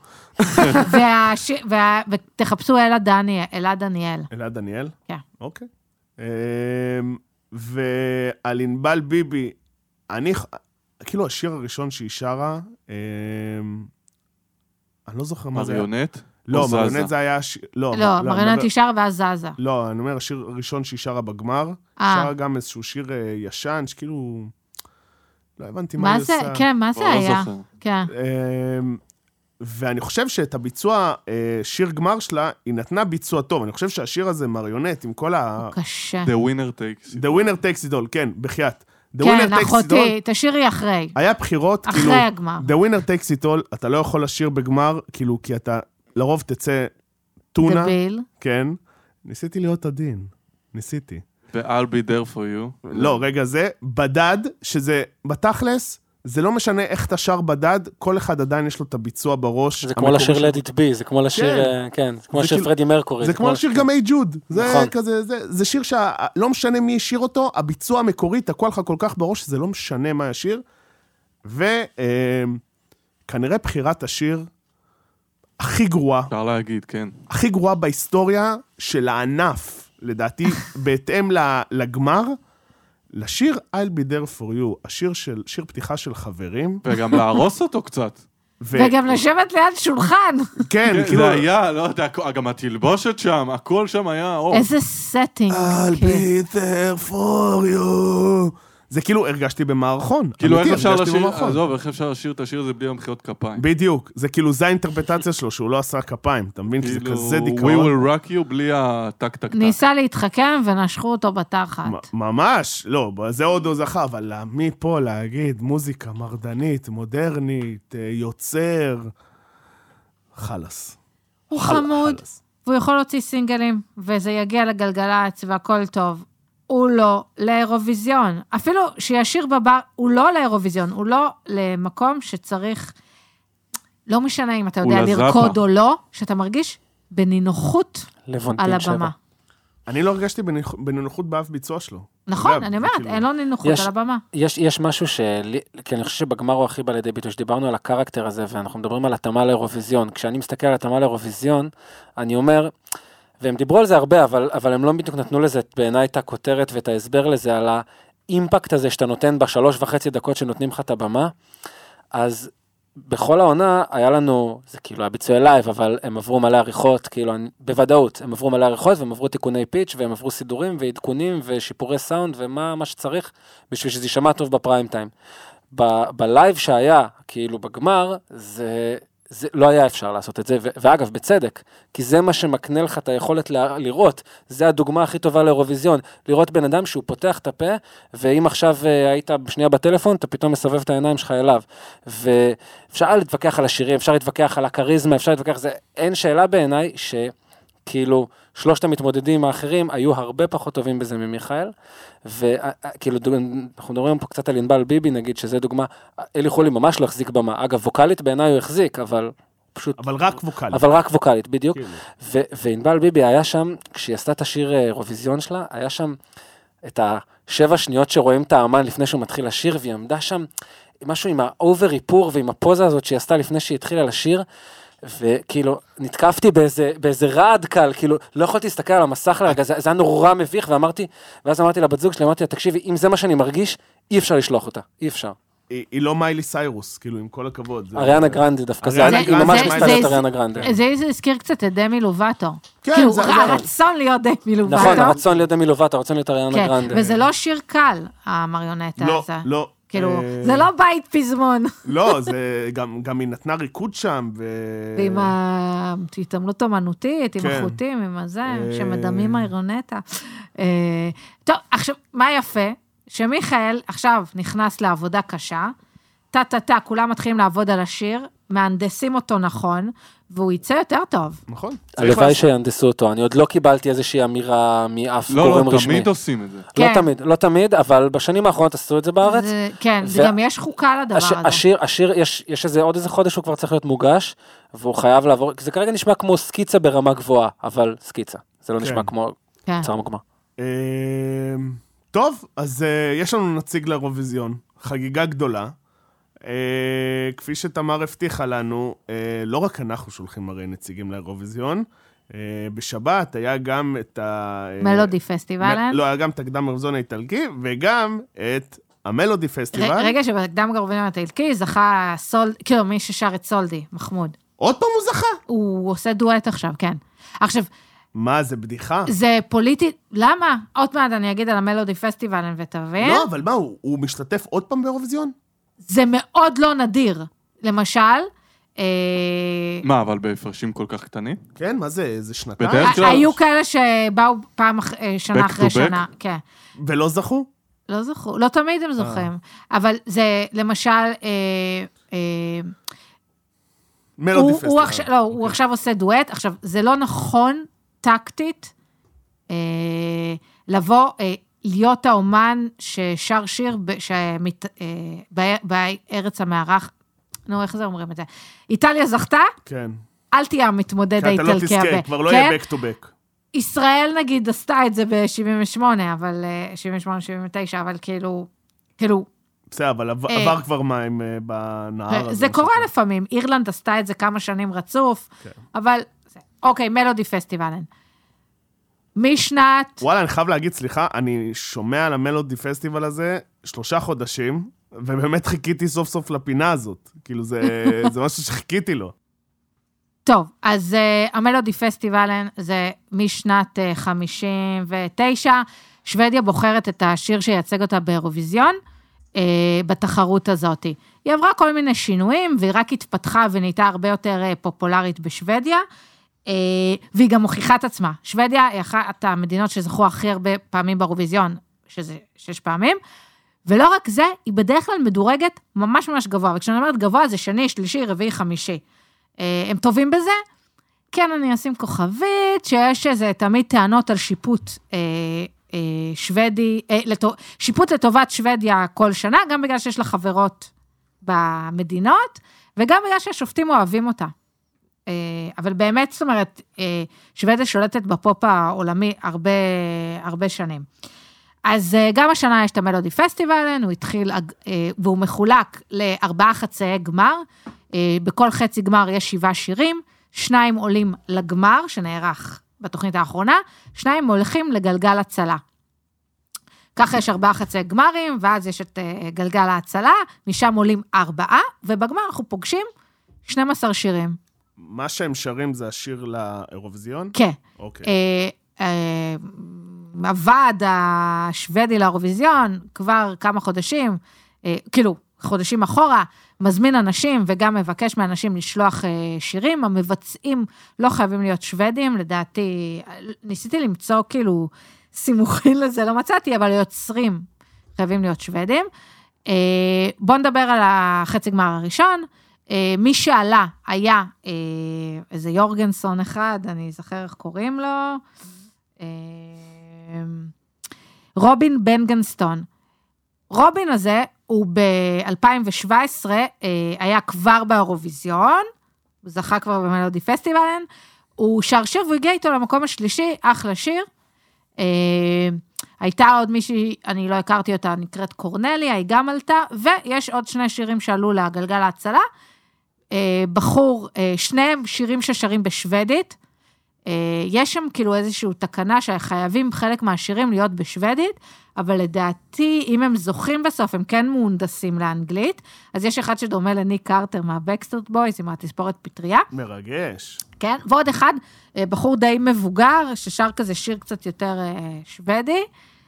ותחפשו אלעד דניאל. אלעד דניאל? כן. אוקיי. ועל ענבל ביבי, כאילו השיר הראשון שהיא שרה, אני לא זוכר מה זה היה. מריונט? לא, מריונט זה היה... לא, מריונט היא שרה ואז זזה. לא, אני אומר, השיר הראשון שהיא שרה בגמר, שרה גם איזשהו שיר ישן, שכאילו... לא הבנתי מה היא עושה. כן, מה זה היה? כן. ואני חושב שאת הביצוע, שיר גמר שלה, היא נתנה ביצוע טוב. אני חושב שהשיר הזה מריונט עם כל ה... קשה. The winner takes it. The winner takes it all, כן, בחייאת. כן, אחותי, תשירי אחרי. היה בחירות, כאילו... אחרי הגמר. The winner takes it all, אתה לא יכול לשיר בגמר, כאילו, כי אתה לרוב תצא טונה. דביל. כן. ניסיתי להיות עדין. ניסיתי. ו-I'll be there for you. לא, רגע, זה בדד, שזה בתכלס, זה לא משנה איך אתה שר בדד, כל אחד עדיין יש לו את הביצוע בראש. זה כמו לשיר Let It Be, זה כמו לשיר, כן, זה כמו לשיר פרדי מרקורי. זה כמו לשיר גם Hey Jude. זה כזה, זה שיר שלא משנה מי ישיר אותו, הביצוע המקורי תקוע לך כל כך בראש, שזה לא משנה מה ישיר. וכנראה בחירת השיר הכי גרועה. אפשר להגיד, כן. הכי גרועה בהיסטוריה של הענף, לדעתי, בהתאם לגמר, לשיר I'll be there for you, שיר פתיחה של חברים. וגם להרוס אותו קצת. וגם לשבת ליד שולחן. כן, כאילו... זה היה, לא יודע, גם התלבושת שם, הכל שם היה... איזה סטינג. I'll be there for you. זה כאילו הרגשתי במערכון. כאילו איך אפשר לשיר, עזוב, איך אפשר לשיר את השיר הזה בלי מחיאות כפיים. בדיוק, זה כאילו, זה האינטרפטציה שלו, שהוא לא עשה כפיים, אתה מבין? כי זה כזה דיכאון. We will rock you בלי הטק טק טק. ניסה להתחכם ונשכו אותו בתחת. ממש, לא, זה עוד לא זכה, אבל מפה להגיד מוזיקה מרדנית, מודרנית, יוצר, חלס. הוא חמוד, והוא יכול להוציא סינגלים, וזה יגיע לגלגלצ והכל טוב. הוא לא לאירוויזיון. אפילו שישיר בבר, הוא לא לאירוויזיון, הוא לא למקום שצריך, לא משנה אם אתה יודע לרקוד או לא, שאתה מרגיש בנינוחות על הבמה. אני לא הרגשתי בנינוחות באף ביצוע שלו. נכון, אני אומרת, אין לו נינוחות על הבמה. יש משהו כי אני חושב שבגמר הוא הכי בא לידי ביטוי, שדיברנו על הקרקטר הזה, ואנחנו מדברים על התאמה לאירוויזיון. כשאני מסתכל על התאמה לאירוויזיון, אני אומר, והם דיברו על זה הרבה, אבל הם לא בדיוק נתנו לזה בעיניי את הכותרת ואת ההסבר לזה, על האימפקט הזה שאתה נותן ב3.5 דקות שנותנים לך את הבמה, אז בכל העונה היה לנו, זה כאילו היה ביצועי לייב, אבל הם עברו מלא עריכות, כאילו בוודאות, הם עברו מלא עריכות, והם עברו תיקוני פיץ', והם עברו סידורים ועדכונים ושיפורי סאונד, ומה שצריך, בשביל שזה יישמע טוב בפריים טיים. בלייב שהיה, כאילו בגמר, זה לא היה אפשר לעשות את זה, ואגב, בצדק, כי זה מה שמקנה לך את היכולת לראות, זה הדוגמה הכי טובה לאירוויזיון, לראות בן אדם שהוא פותח את הפה, ואם עכשיו היית בשנייה בטלפון, אתה פתאום מסובב את העיניים שלך אליו, ואפשר להתווכח על השירים, אפשר להתווכח על הקריזמה, אפשר להתווכח, זה אין שאלה בעיניי, שכאילו, שלושת המתמודדים האחרים היו הרבה פחות טובים בזה ממיכאל, וכאילו, אנחנו מדברים פה קצת על ענבל ביבי, נגיד, שזה דוגמה, אלי חולי ממש לא החזיק במה, אגב, ווקלית בעיניי הוא החזיק, אבל פשוט... אבל רק ווקלית. אבל רק ווקלית, בדיוק. וענבל ביבי היה שם, כשהיא עשתה את השיר אירוויזיון שלה, היה שם את 7 שניות שרואים את האמן לפני שהוא מתחיל לשיר, והיא עמדה שם משהו עם האובר איפור ועם הפוזה הזאת שהיא עשתה לפני שהיא התחילה לשיר, וכאילו, נתקפתי באיזה רעד קל, כאילו, לא יכולתי להסתכל על המסך לרגע, זה היה נורא מביך, ואז אמרתי לבת זוג שלי, אמרתי לה, תקשיבי, אם זה מה שאני מרגיש, אי אפשר לשלוח אותה, אי אפשר. היא לא מיילי סיירוס, כאילו, עם כל הכבוד. אריאנה גרנדה דווקא, היא ממש ניסתה להיות אריאנה גרנדה. זה הזכיר קצת את דמי לובטו. כאילו, הרצון להיות דמי לובטו. נכון, הרצון להיות דמי לובטו, הרצון להיות אריאנה גרנדה. וזה לא שיר קל, המריונטה הזה. לא. כאילו, זה לא בית פזמון. לא, זה גם היא נתנה ריקוד שם. ועם ההתעמלות אומנותית, עם החוטים, עם הזה, שמדמים מריונטה. טוב, עכשיו, מה יפה? שמיכאל עכשיו נכנס לעבודה קשה, כולם מתחילים לעבוד על השיר, מהנדסים אותו נכון, והוא יצא יותר טוב. נכון. הלוואי שיהנדסו אותו, אני עוד לא קיבלתי איזושהי אמירה מאף גורם רשמי. לא, תמיד עושים את זה. לא תמיד, אבל בשנים האחרונות עשו את זה בארץ. כן, וגם יש חוקה לדבר הזה. השיר, יש עוד איזה חודש הוא כבר צריך להיות מוגש, והוא חייב לעבור, זה כרגע נשמע כמו סקיצה ברמה גבוהה, אבל סקיצה. זה לא נשמע כמו צער מוגמר. טוב, אז יש לנו נציג לאירוויזיון, חגיגה גדולה. כפי שתמר הבטיחה לנו, לא רק אנחנו שולחים הרי נציגים לאירוויזיון, בשבת היה גם את מלודי פסטיבל. לא, היה גם את הקדם האירוויזיון האיטלקי, וגם את המלודי פסטיבל. רגע שבקדם האירוויזיון האיטלקי זכה כאילו מי ששר את סולדי, מחמוד. עוד פעם הוא זכה? הוא עושה דואט עכשיו, כן. עכשיו, מה, זה בדיחה? זה פוליטי, למה? עוד מעט אני אגיד על המלודי פסטיבל ותבין. לא, אבל מה, הוא משתתף עוד פעם באירוויזיון? זה מאוד לא נדיר. למשל, מה, אבל בהפרשים כל כך קטנים? כן, מה זה? זה שנתיים? בדרך כלל... היו כאלה שבאו שנה אחרי שנה. כן. ולא זכו? לא זכו, לא תמיד הם זוכים. אבל זה, למשל, מלודי פסטיבל. הוא עכשיו עושה דואט. עכשיו, זה לא נכון טקטית לבוא, להיות האומן ששר שיר בארץ המארח, נו, איך זה אומרים את זה? איטליה זכתה? כן. אל תהיה המתמודד האיטלקי אתה לא תזכה, כבר לא יהיה back to back. ישראל נגיד עשתה את זה ב-78, אבל 78-79, אבל כאילו, בסדר, אבל עבר כבר מים בנהר הזה. זה קורה לפעמים, אירלנד עשתה את זה כמה שנים רצוף, אבל, אוקיי, מלודי פסטיבלן. משנת... וואלה, אני חייב להגיד, סליחה, אני שומע על המלודי פסטיבל הזה 3 חודשים, ובאמת חיכיתי סוף סוף לפינה הזאת. כאילו, זה משהו שחיכיתי לו. טוב, אז המלודי פסטיבלן זה משנת 59, שוודיה בוחרת את השיר שייצג אותה באירוויזיון, בתחרות הזאת. היא עברה כל מיני שינויים, והיא רק התפתחה ונהייתה הרבה יותר פופולרית בשוודיה, והיא גם מוכיחה את עצמה. שוודיה היא אחת המדינות שזכו הכי הרבה פעמים באירוויזיון, שזה 6 פעמים, ולא רק זה, היא בדרך כלל מדורגת ממש ממש גבוה, וכשאני אומרת גבוה זה שני, שלישי, רביעי, חמישי. הם טובים בזה? כן, אני אשים כוכבית, שיש איזה תמיד טענות על שיפוט שוודי, שיפוט לטובת שוודיה כל שנה, גם בגלל שיש לה חברות במדינות, וגם בגלל שהשופטים אוהבים אותה. אבל באמת, זאת אומרת, שוודיה שולטת בפופ העולמי הרבה שנים. אז גם השנה יש את המלודי פסטיבלן, הוא התחיל, והוא מחולק ל4 חצאי גמר, בכל חצי גמר יש 7 שירים, 2 עולים לגמר, שנערך בתוכנית האחרונה, 2 הולכים לגלגל הצלה. ככה יש 4 חצאי גמרים, ואז יש את גלגל ההצלה, משם עולים 4, ובגמר אנחנו פוגשים 12 שירים. מה שהם שרים זה השיר לאירוויזיון? כן. אוקיי. הוועד השוודי לאירוויזיון, כבר כמה חודשים, כאילו, חודשים אחורה, מזמין אנשים וגם מבקש מאנשים לשלוח שירים, המבצעים לא חייבים להיות שוודים, לדעתי, ניסיתי למצוא כאילו סימוכין לזה, לא מצאתי, אבל יוצרים חייבים להיות שוודים. בואו נדבר על החצי גמר הראשון, מי שעלה היה איזה יורגנסון אחד, אני זוכר איך קוראים לו, רובין בנגנסטון. רובין הזה, הוא ב-2017 היה כבר באירוויזיון, הוא זכה כבר במלודי פסטיבלן, הוא שר שיר והוא הגיע איתו למקום השלישי, אחלה שיר. הייתה עוד מישהי, אני לא הכרתי אותה, נקראת קורנליה, היא גם עלתה, ויש עוד 2 שירים שעלו לגלגל ההצלה, בחור, 2 שירים ששרים בשוודית, יש שם כאילו איזושהי תקנה שחייבים חלק מהשירים להיות בשוודית, אבל לדעתי, אם הם זוכים בסוף, הם כן מהונדסים לאנגלית, אז יש אחד שדומה לניק קרטר מהבקסטריט בויז, עם התספורת פטריה. מרגש. כן, ועוד אחד, בחור די מבוגר, ששר כזה שיר קצת יותר שוודי.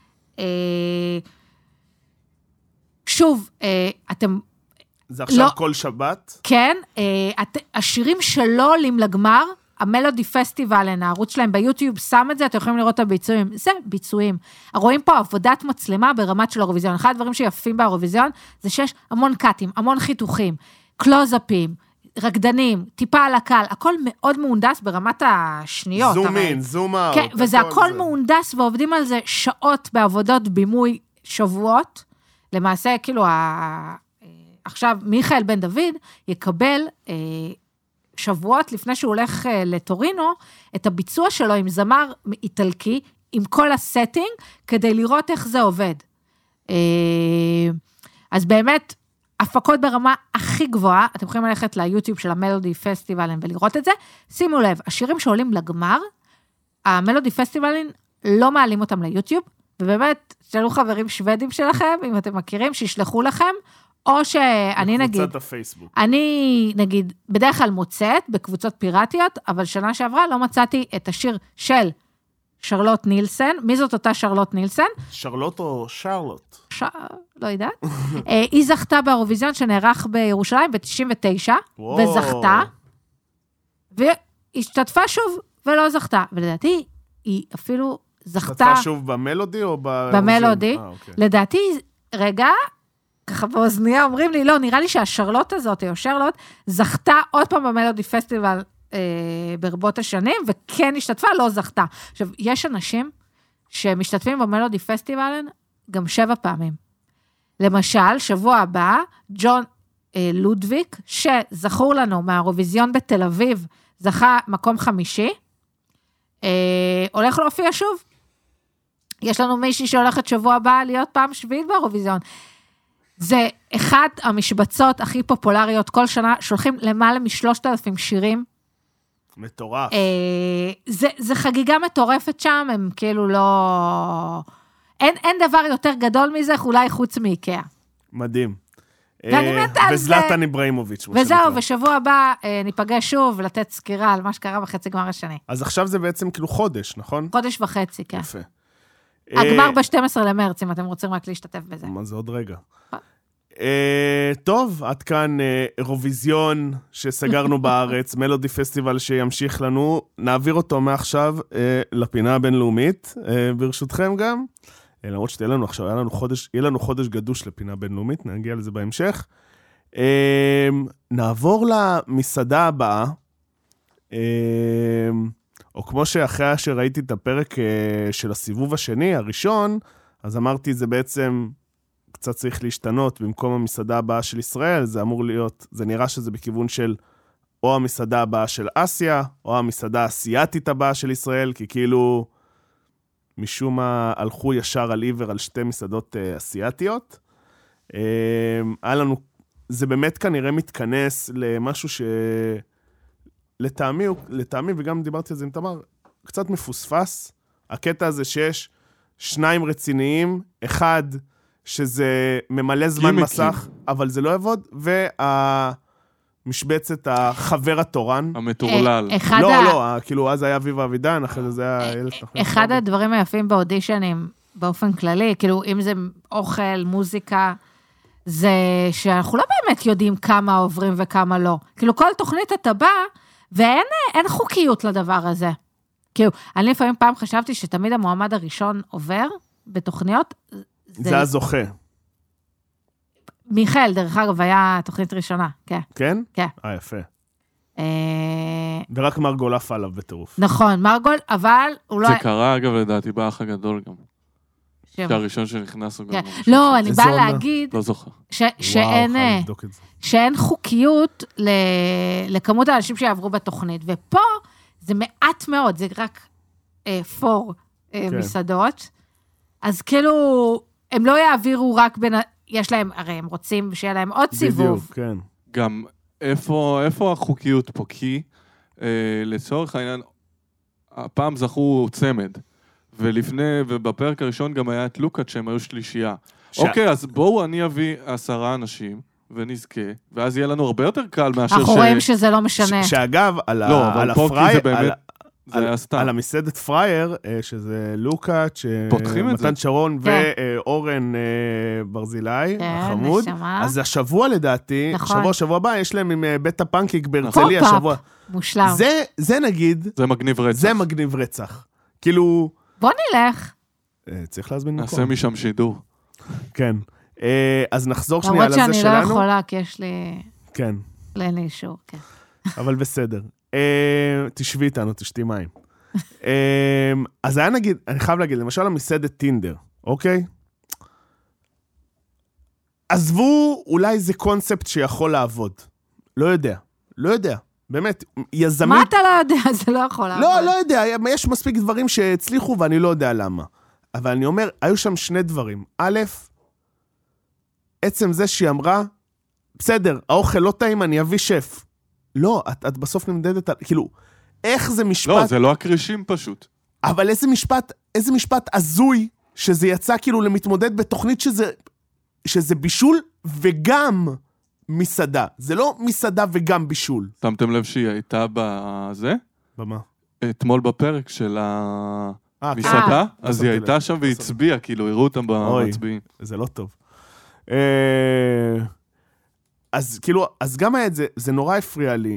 שוב, אתם... זה עכשיו כל שבת? כן, השירים שלא עולים לגמר, המלודי פסטיבלן, הערוץ שלהם ביוטיוב שם את זה, אתם יכולים לראות את הביצועים, זה ביצועים. רואים פה עבודת מצלמה ברמת של האירוויזיון, אחד הדברים שיפים באירוויזיון, זה שיש המון קאטים, המון חיתוכים, קלוזאפים, רקדנים, טיפה על הקל, הכל מאוד מהונדס ברמת השניות. זום אין, זום אאוט. כן, וזה הכל מהונדס, ועובדים על זה שעות בעבודות בימוי שבועות, למעשה כאילו, עכשיו מיכאל בן דוד יקבל שבועות לפני שהוא הולך לטורינו, את הביצוע שלו עם זמר איטלקי, עם כל הסטינג, כדי לראות איך זה עובד. אז באמת, הפקות ברמה הכי גבוהה, אתם יכולים ללכת ליוטיוב של המלודי פסטיבלן ולראות את זה, שימו לב, השירים שעולים לגמר, המלודי פסטיבלן לא מעלים אותם ליוטיוב, ובאמת, שאלו חברים שוודים שלכם, אם אתם מכירים, שישלחו לכם, או שאני נגיד, בקבוצת הפייסבוק. אני נגיד, בדרך כלל מוצאת בקבוצות פיראטיות, אבל שנה שעברה לא מצאתי את השיר של שרלוט נילסן. מי זאת אותה שרלוט נילסן? שרלוט או שרלוט? לא יודעת. היא זכתה באירוויזיון שנערך בירושלים ב-99, וזכתה, והשתתפה שוב ולא זכתה. ולדעתי, היא אפילו זכתה... השתתפה שוב במלודי או במלודי. לדעתי, רגע, ככה באוזניה אומרים לי, לא, נראה לי שהשרלוט הזאת, או שרלוט, זכתה עוד פעם במלודי פסטיבל ברבות השנים, וכן השתתפה, לא זכתה. עכשיו, יש אנשים שמשתתפים במלודי פסטיבל גם 7 פעמים. למשל, שבוע הבא, ג'ון לודוויק, שזכור לנו מהאירוויזיון בתל אביב, זכה מקום 5, הולך להופיע שוב. יש לנו מישהי שהולכת שבוע הבא להיות פעם 7 באירוויזיון. זה אחד המשבצות הכי פופולריות כל שנה, שולחים למעלה מ3,000 שירים. מטורף. זה חגיגה מטורפת שם, הם כאילו לא... אין דבר יותר גדול מזה, אולי חוץ מאיקאה. מדהים. ואני מתה על זה. וזלטן איברהימוביץ'. וזהו, ושבוע הבא ניפגש שוב ולתת סקירה על מה שקרה בחצי גמר השני. אז עכשיו זה בעצם כאילו חודש, נכון? חודש וחצי, כן. יפה. הגמר ב-12 למרץ, אם אתם רוצים רק להשתתף בזה. מה זה עוד רגע? טוב, עד כאן אירוויזיון שסגרנו בארץ, מלודי פסטיבל שימשיך לנו, נעביר אותו מעכשיו לפינה הבינלאומית, ברשותכם גם, למרות שתהיה לנו עכשיו, יהיה לנו חודש גדוש לפינה בינלאומית, נגיע לזה בהמשך. נעבור למסעדה הבאה, או כמו שאחרי שראיתי את הפרק של הסיבוב השני, הראשון, אז אמרתי, זה בעצם קצת צריך להשתנות, במקום המסעדה הבאה של ישראל, זה אמור להיות, זה נראה שזה בכיוון של או המסעדה הבאה של אסיה, או המסעדה האסייתית הבאה של ישראל, כי כאילו משום מה הלכו ישר על עיוור על 2 מסעדות אסייתיות. היה לנו, זה באמת כנראה מתכנס למשהו לטעמי, וגם דיברתי על זה עם תמר, קצת מפוספס. הקטע הזה שיש 2 רציניים, 1 שזה ממלא זמן מסך, אבל זה לא יעבוד, והמשבצת החבר התורן. המטורלל. לא, כאילו אז היה אביב אבידן, אחרי זה היה ילד. אחד הדברים היפים באודישנים, באופן כללי, כאילו אם זה אוכל, מוזיקה, זה שאנחנו לא באמת יודעים כמה עוברים וכמה לא. כאילו כל תוכנית אתה בא, ואין חוקיות לדבר הזה. כאילו, אני לפעמים פעם חשבתי שתמיד המועמד הראשון עובר בתוכניות. זה הזוכה. מיכאל, דרך אגב, היה תוכנית ראשונה, כן. כן? כן. יפה. ורק מרגול עף עליו בטירוף. נכון, מרגול, אבל הוא לא... זה קרה, אגב, לדעתי, באח הגדול גם. שהראשון שנכנס הוא גם... לא, אני באה להגיד... לא זוכר. שאין חוקיות לכמות האנשים שיעברו בתוכנית, ופה זה מעט מאוד, זה רק 4 מסעדות, אז כאילו, הם לא יעבירו רק בין... יש להם, הרי הם רוצים שיהיה להם עוד סיבוב. בדיוק, כן. גם איפה החוקיות פה? כי לצורך העניין, הפעם זכו צמד, ובפרק הראשון גם היה את לוקאץ' שהם היו שלישייה. אוקיי, אז בואו אני אביא 10 אנשים, ונזכה, ואז יהיה לנו הרבה יותר קל מאשר אנחנו רואים שזה לא משנה. שאגב, על הפרייר... על המסעדת פרייר, שזה לוקאץ', מתן שרון ואורן ברזילי, החמוד. אז השבוע לדעתי, שבוע הבא, יש להם עם בית הפנקיק בהרצליה השבוע. מושלם. זה נגיד... זה מגניב רצח. זה מגניב רצח. כאילו... בוא נלך. צריך להזמין מקום. נעשה משם שידור. כן. אז נחזור שנייה לזה שלנו. למרות שאני לא יכולה, כי יש לי... כן. אין לי אישור, כן. אבל בסדר. תשבי איתנו, תשתי מים. אז היה נגיד, אני חייב להגיד, למשל המסעדת טינדר, אוקיי? עזבו, אולי זה קונספט שיכול לעבוד. לא יודע. באמת, יזמית... מה אתה לא יודע? זה לא יכול לעבוד. לא יודע, יש מספיק דברים שהצליחו ואני לא יודע למה. אבל אני אומר, היו שם 2 דברים. א', עצם זה שהיא אמרה, בסדר, האוכל לא טעים, אני אביא שף. לא, את בסוף נמדדת, כאילו, איך זה משפט... לא, זה לא הקרישים פשוט. אבל איזה משפט הזוי, שזה יצא כאילו למתמודד בתוכנית שזה בישול וגם מסעדה. זה לא מסעדה וגם בישול. שמתם לב שהיא הייתה בזה? במה? אתמול בפרק של מסעדה? כן. אז היא הייתה שם והצביעה, כאילו, הראו אותם במצביעים. זה לא טוב. אז כאילו, אז גם היה את זה, זה נורא הפריע לי.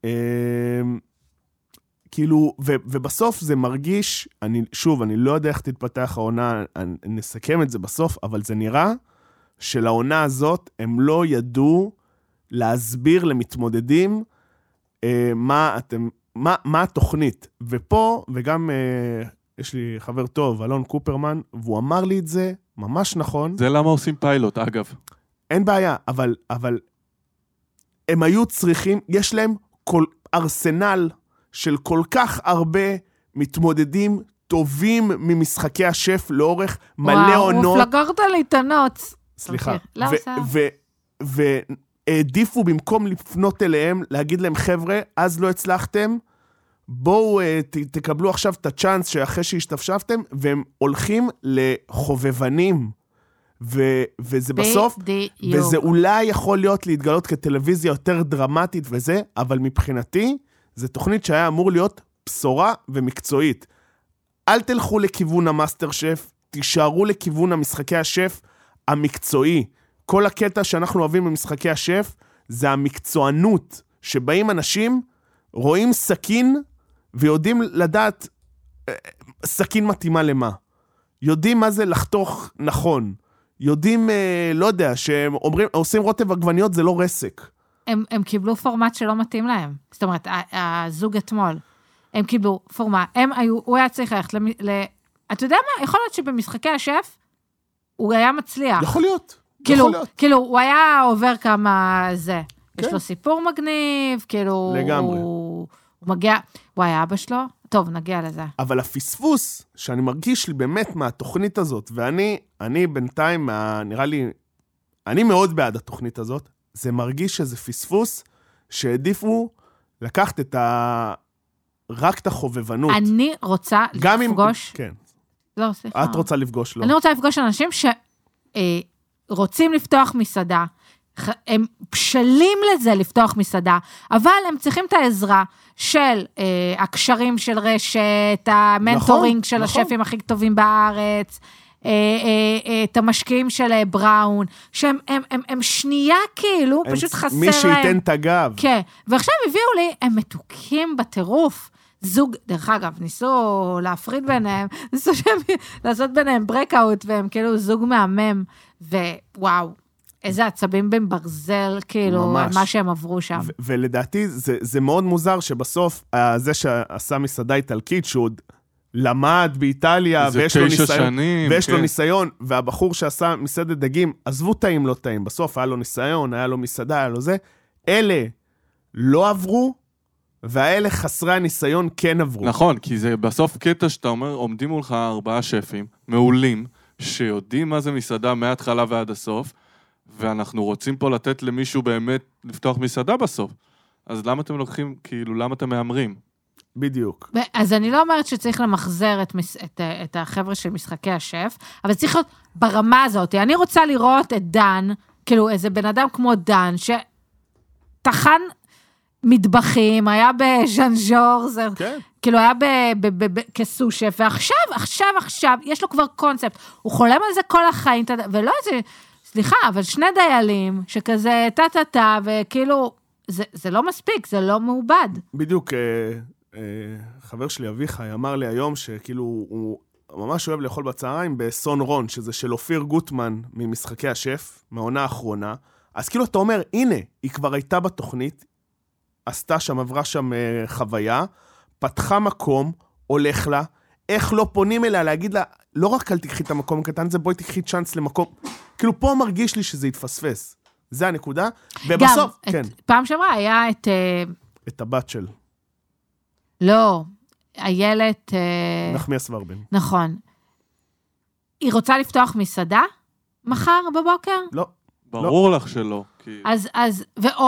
כאילו, ובסוף זה מרגיש, שוב, אני לא יודע איך תתפתח העונה, נסכם את זה בסוף, אבל זה נראה שלעונה הזאת הם לא ידעו להסביר למתמודדים מה התוכנית. ופה, וגם יש לי חבר טוב, אלון קופרמן, והוא אמר לי את זה ממש נכון. זה למה עושים פיילוט, אגב. אין בעיה, אבל הם היו צריכים, יש להם ארסנל של כל כך הרבה מתמודדים טובים ממשחקי השף לאורך מלא עונות. וואו, פלגרת לי את הנוץ. סליחה. והעדיפו במקום לפנות אליהם, להגיד להם, חבר'ה, אז לא הצלחתם, בואו תקבלו עכשיו את הצ'אנס שאחרי שהשתפשפתם, והם הולכים לחובבנים. וזה בסוף, וזה אולי יכול להיות להתגלות כטלוויזיה יותר דרמטית וזה, אבל מבחינתי, זה תוכנית שהיה אמור להיות בשורה ומקצועית. אל תלכו לכיוון המאסטר שף, תישארו לכיוון המשחקי השף המקצועי. כל הקטע שאנחנו אוהבים במשחקי השף, זה המקצוענות, שבאים אנשים, רואים סכין, ויודעים לדעת, סכין מתאימה למה. יודעים מה זה לחתוך נכון. יודעים, לא יודע, שהם עושים רוטב עגבניות, זה לא רסק. הם קיבלו פורמט שלא מתאים להם. זאת אומרת, הזוג אתמול, הם קיבלו פורמט, הוא היה צריך ללכת אתה יודע מה? יכול להיות שבמשחקי השף, הוא היה מצליח. יכול להיות. כאילו, הוא היה עובר כמה זה. יש לו סיפור מגניב, כאילו... לגמרי. הוא מגיע... הוא היה אבא שלו? טוב, נגיע לזה. אבל הפספוס שאני מרגיש לי באמת מהתוכנית הזאת, ואני בינתיים, נראה לי, אני מאוד בעד התוכנית הזאת, זה מרגיש שזה פספוס שהעדיפו לקחת רק את החובבנות. אני רוצה לפגוש... כן. לא, סליחה. את רוצה לפגוש, לא. אני רוצה לפגוש אנשים שרוצים לפתוח מסעדה, הם בשלים לזה לפתוח מסעדה, אבל הם צריכים את העזרה של הקשרים של רשת, המנטורינג של השפים הכי טובים בארץ, את המשקיעים של בראון, שהם שנייה כאילו, פשוט חסר להם. מי שייתן את הגב. כן, ועכשיו הביאו לי, הם מתוקים בטירוף, זוג, דרך אגב, ניסו להפריד ביניהם, ניסו לעשות ביניהם ברקאוט, והם כאילו זוג מהמם, ווואו, איזה עצבים בין ברזל, כאילו, ממש. מה שהם עברו שם. ולדעתי, זה מאוד מוזר שבסוף, זה שעשה מסעדה איטלקית, שהוא עוד למד באיטליה, ויש לו ניסיון, שנים, ויש כן. לו ניסיון, והבחור שעשה מסעדת דגים, עזבו טעים, לא טעים, בסוף היה לו ניסיון, היה לו מסעדה, היה לו זה, אלה לא עברו, והאלה חסרי הניסיון כן עברו. נכון, כי זה בסוף קטע שאתה אומר, עומדים מולך 4 שפים, מעולים, שיודעים מה זה מסעדה מההתחלה ועד הסוף, ואנחנו רוצים פה לתת למישהו באמת לפתוח מסעדה בסוף. אז למה אתם לוקחים, כאילו, למה אתם מאמרים? בדיוק. אז אני לא אומרת שצריך למחזר את החבר'ה של משחקי השף, אבל צריך להיות ברמה הזאת. אני רוצה לראות את דן, כאילו איזה בן אדם כמו דן, שתחן מטבחים, היה בז'אנז'ור, כן. כאילו היה כסושף, ועכשיו, יש לו כבר קונספט, הוא חולם על זה כל החיים, ולא איזה, סליחה, אבל 2 דיילים, שכזה טה, וכאילו, זה לא מספיק, זה לא מעובד. בדיוק, חבר שלי אביחי אמר לי היום, שכאילו הוא ממש אוהב לאכול בצהריים בסון רון, שזה של אופיר גוטמן ממשחקי השף, מהעונה האחרונה, אז כאילו אתה אומר, הנה, היא כבר הייתה בתוכנית, עשתה שם, עברה שם חוויה, פתחה מקום, הולך לה, איך לא פונים אליה להגיד לה, לא רק אל תקחי את המקום הקטן, זה בואי תקחי צ'אנס למקום, כאילו פה מרגיש לי שזה יתפספס, זה הנקודה, ובסוף, גם, כן. פעם שעברה היה את הבת של. לא, איילת... נחמיאס ורבין. נכון. היא רוצה לפתוח מסעדה? מחר בבוקר? לא. ברור לך שלא. אז,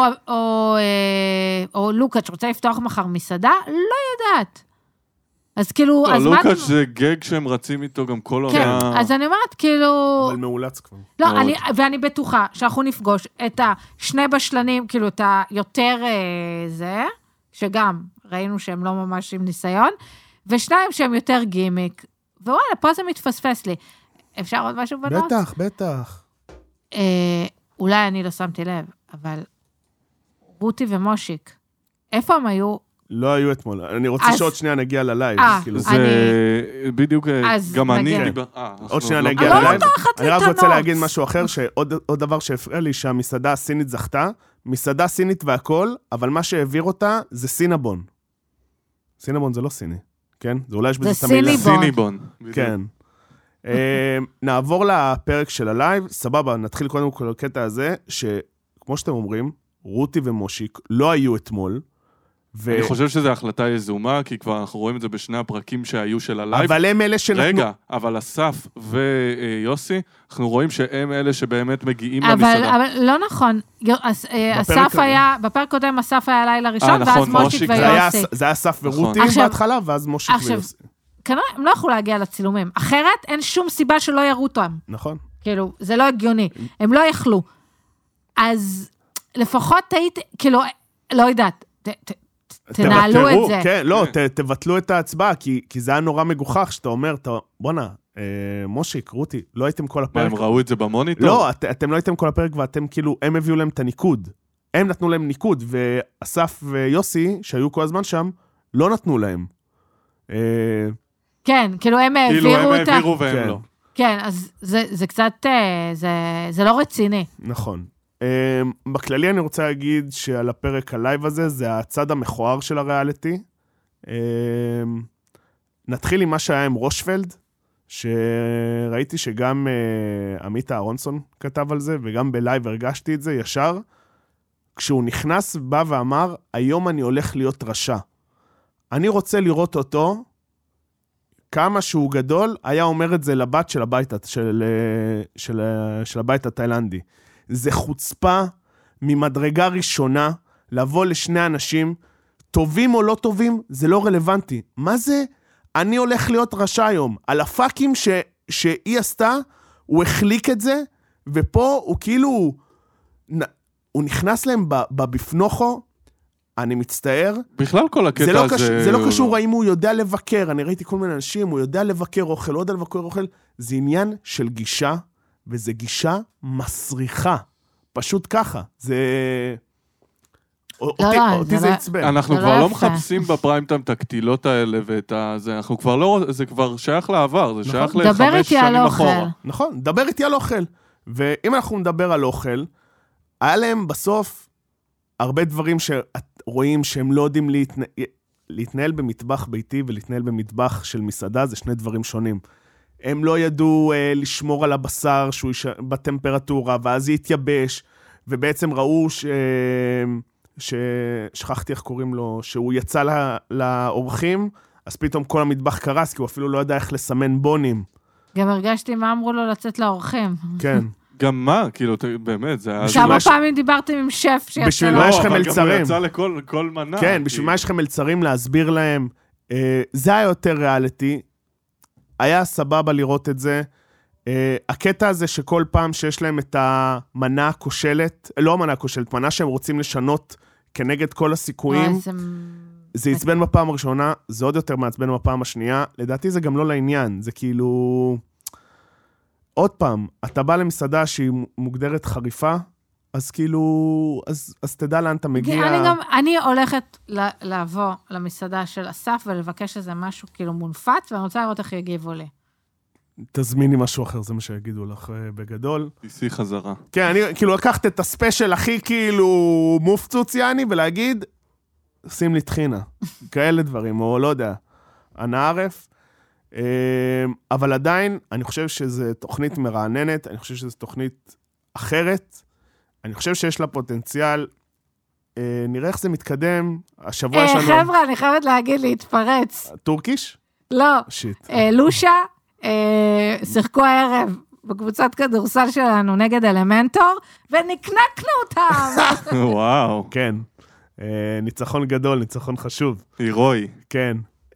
או לוקאץ' שרוצה לפתוח מחר מסעדה? לא יודעת. אז כאילו... לא, לוקאץ' זה גג שהם רצים איתו גם כל עונה. כן, אז אני אומרת כאילו... אבל מאולץ כבר. לא, ואני בטוחה שאנחנו נפגוש את 2 בשלנים, כאילו את היותר זה, שגם ראינו שהם לא ממש עם ניסיון, ו2 שהם יותר גימיק, ווואלה, פה זה מתפספס לי. אפשר עוד משהו בנות? בטח, בטח. אולי אני לא שמתי לב, אבל רותי ומושיק, איפה הם היו? לא היו אתמול. אני רוצה שעוד שנייה נגיע ללייב. זה בדיוק, גם אני דיבר... עוד שנייה נגיע ללייב. אני רק רוצה להגיד משהו אחר, שעוד דבר שהפריע לי, שהמסעדה הסינית זכתה, מסעדה סינית והכל, אבל מה שהעביר אותה זה סינבון. סינבון זה לא סיני, כן? זה אולי יש בזה את המילה. סיניבון. כן. נעבור לפרק של הלייב, סבבה, נתחיל קודם כל הקטע הזה, שכמו שאתם אומרים, רותי ומושיק לא היו אתמול, אני חושב שזו החלטה יזומה, כי כבר אנחנו רואים את זה בשני הפרקים שהיו של הלייב. אבל הם אלה שנתנו... רגע, אבל אסף ויוסי, אנחנו רואים שהם אלה שבאמת מגיעים למסעדה. אבל לא נכון. אסף היה, בפרק קודם אסף היה לילה ראשון, ואז מושיק ויוסי. זה היה אסף ורותי בהתחלה, ואז מושיק ויוסי. כנראה, הם לא יכולו להגיע לצילומים. אחרת, אין שום סיבה שלא יראו אותם. נכון. כאילו, זה לא הגיוני. הם לא יכלו. אז לפחות תהיית, כאילו, לא יודעת, תנהלו את זה. כן, לא, תבטלו את ההצבעה, כי זה היה נורא מגוחך, שאתה אומר, בונה, מושיק, רותי, לא הייתם כל הפרק. הם ראו את זה במוניטור? לא, אתם לא הייתם כל הפרק, ואתם כאילו, הם הביאו להם את הניקוד. הם נתנו להם ניקוד, ואסף ויוסי, שהיו כל הזמן שם, לא נתנו להם. כן, כאילו הם העבירו אותה. כאילו הם העבירו והם לא. כן, אז זה קצת, זה לא רציני. נכון. בכללי אני רוצה להגיד שעל הפרק הלייב הזה, זה הצד המכוער של הריאליטי. נתחיל עם מה שהיה עם רושפלד, שראיתי שגם עמית אהרונסון כתב על זה, וגם בלייב הרגשתי את זה ישר. כשהוא נכנס, בא ואמר, היום אני הולך להיות רשע. אני רוצה לראות אותו, כמה שהוא גדול, היה אומר את זה לבת של הבית, של הבית התאילנדי. זה חוצפה ממדרגה ראשונה, לבוא לשני אנשים, טובים או לא טובים, זה לא רלוונטי. מה זה? אני הולך להיות רשע היום. על הפאקים שהיא עשתה, הוא החליק את זה, ופה הוא כאילו, הוא נכנס להם בפנוחו, אני מצטער. בכלל כל הקטע הזה... זה לא קשור האם הוא יודע לבקר, אני ראיתי כל מיני אנשים, הוא יודע לבקר אוכל, לא יודע לבקר אוכל, זה עניין של גישה, וזה גישה מסריחה. פשוט ככה. זה... אותי זה עצבן. אנחנו כבר לא מחפשים בפריים טיים את הקטילות האלה ואת זה, אנחנו כבר לא... זה כבר שייך לעבר, זה שייך ל5 שנים אחורה. נכון, דבר איתי על אוכל. ואם אנחנו נדבר על אוכל, היה להם בסוף הרבה דברים שרואים שהם לא יודעים להתנהל במטבח ביתי ולהתנהל במטבח של מסעדה, זה שני דברים שונים. הם לא ידעו לשמור על הבשר שהוא בטמפרטורה, ואז יתייבש, ובעצם ראו שכחתי איך קוראים לו, שהוא יצא לאורחים, אז פתאום כל המטבח קרס, כי הוא אפילו לא ידע איך לסמן בונים. גם הרגשתי מה אמרו לו לצאת לאורחים. כן. גם מה? כאילו, באמת, זה היה... כמה פעמים דיברתם עם שף שיצא... בשביל מה יש לכם מלצרים? גם יצא לכל מנה. כן, בשביל מה יש לכם מלצרים להסביר להם? זה היה יותר ריאליטי. היה סבבה לראות את זה. הקטע הזה שכל פעם שיש להם את המנה הכושלת, לא המנה הכושלת, מנה שהם רוצים לשנות כנגד כל הסיכויים, זה יצבן בפעם הראשונה, זה עוד יותר מעצבן בפעם השנייה. לדעתי זה גם לא לעניין, זה כאילו... עוד פעם, אתה בא למסעדה שהיא מוגדרת חריפה, אז כאילו, אז תדע לאן אתה מגיע. אני הולכת לבוא למסעדה של אסף ולבקש איזה משהו כאילו מונפץ, ואני רוצה לראות איך יגיבו לי. תזמיני משהו אחר, זה מה שיגידו לך בגדול. תיסי חזרה. כן, אני כאילו לקחת את הספיישל הכי כאילו מופצוץ יעני, ולהגיד, שים לי תחינה. כאלה דברים, או לא יודע, הנערף. אבל עדיין, אני חושב שזו תוכנית מרעננת, אני חושב שזו תוכנית אחרת, אני חושב שיש לה פוטנציאל, נראה איך זה מתקדם, השבוע שלנו... חבר'ה, אני חייבת להגיד להתפרץ. טורקיש? לא. שיט. לושה, שיחקו הערב בקבוצת כדורסל שלנו נגד אלמנטור, ונקנקנו אותם. וואו. כן. ניצחון גדול, ניצחון חשוב. הירואי. כן.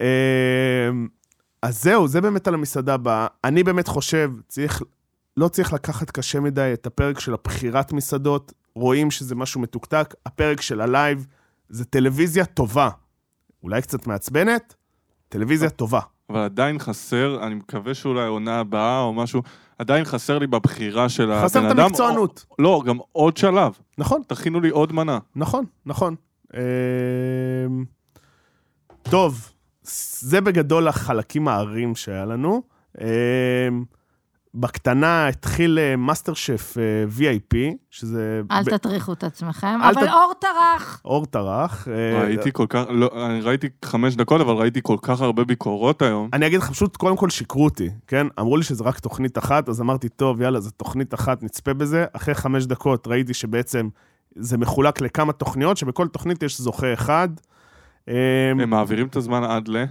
אז זהו, זה באמת על המסעדה הבאה. אני באמת חושב, לא צריך לקחת קשה מדי את הפרק של הבחירת מסעדות, רואים שזה משהו מתוקתק, הפרק של הלייב, זה טלוויזיה טובה. אולי קצת מעצבנת, טלוויזיה טובה. אבל עדיין חסר, אני מקווה שאולי עונה הבאה או משהו, עדיין חסר לי בבחירה של הבן אדם. חסר את המקצוענות. לא, גם עוד שלב. נכון. תכינו לי עוד מנה. נכון. טוב, זה בגדול החלקים הערים שהיה לנו. בקטנה התחיל מאסטר שף VIP, שזה... אל תטריחו את עצמכם, אבל אור טרח. אור טרח. ראיתי כל כך, לא, אני ראיתי 5 דקות, אבל ראיתי כל כך הרבה ביקורות היום. אני אגיד לך, פשוט קודם כל שיקרו אותי, כן? אמרו לי שזה רק תוכנית אחת, אז אמרתי, טוב, יאללה, זה תוכנית אחת, נצפה בזה. אחרי 5 דקות ראיתי שבעצם זה מחולק לכמה תוכניות, שבכל תוכנית יש זוכה אחד. הם מעבירים את הזמן עד ל...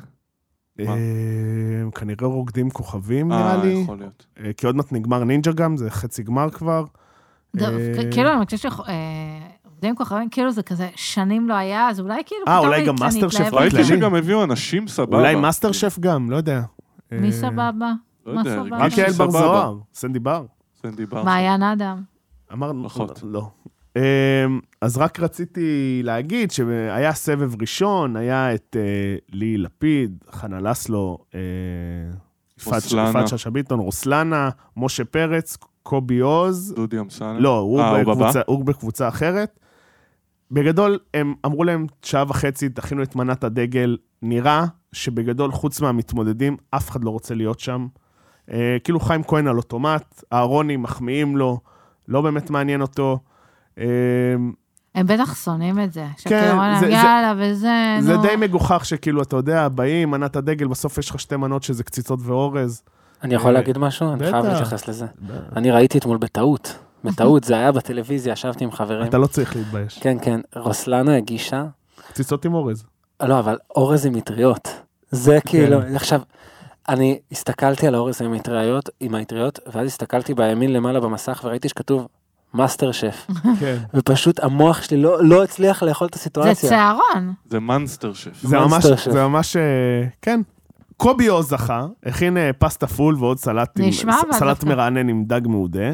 כנראה רוקדים כוכבים, נראה לי. יכול להיות. כי עוד מעט נגמר נינג'ה גם, זה חצי גמר כבר. כאילו, אני חושב שרוקדים כוכבים, כאילו זה כזה, שנים לא היה, אז אולי כאילו... אולי גם מאסטר שף. ראיתי שגם הביאו אנשים סבבה. אולי מאסטר שף גם, לא יודע. מי סבבה? לא יודע. רק יעל בר זוהר, סנדי בר. מעיין אדם. אמרנו, לא. אז רק רציתי להגיד שהיה סבב ראשון, היה את לי לפיד, חנה לסלו, יפעת שאשא ביטון, רוסלנה, משה פרץ, קובי עוז. דודי אמסלם. לא, הוא בקבוצה אחרת. בגדול, הם אמרו להם 1.5 שעה, תכינו את מנת הדגל. נראה שבגדול, חוץ מהמתמודדים, אף אחד לא רוצה להיות שם. כאילו חיים כהן על אוטומט, הארוני מחמיאים לו, לא באמת מעניין אותו. הם בטח שונאים את זה. כן, זה די מגוחך שכאילו, אתה יודע, באים, מנת הדגל, בסוף יש לך 2 מנות שזה קציצות ואורז. אני יכול להגיד משהו? אני חייב להתייחס לזה. אני ראיתי אתמול בטעות, זה היה בטלוויזיה, ישבתי עם חברים. אתה לא צריך להתבייש. כן, רוסלנה הגישה. קציצות עם אורז. לא, אבל אורז עם מטריות. זה כאילו, עכשיו, אני הסתכלתי על האורז עם המטריות, ואז הסתכלתי בימין למעלה במסך, וראיתי שכתוב, מאסטר שף. ופשוט המוח שלי לא הצליח לאכול את הסיטואציה. זה צהרון. זה מאנסטר שף. זה ממש, כן. קובי עוז זכה, הכין פסטה פול ועוד סלט מרענן עם דג מעודה.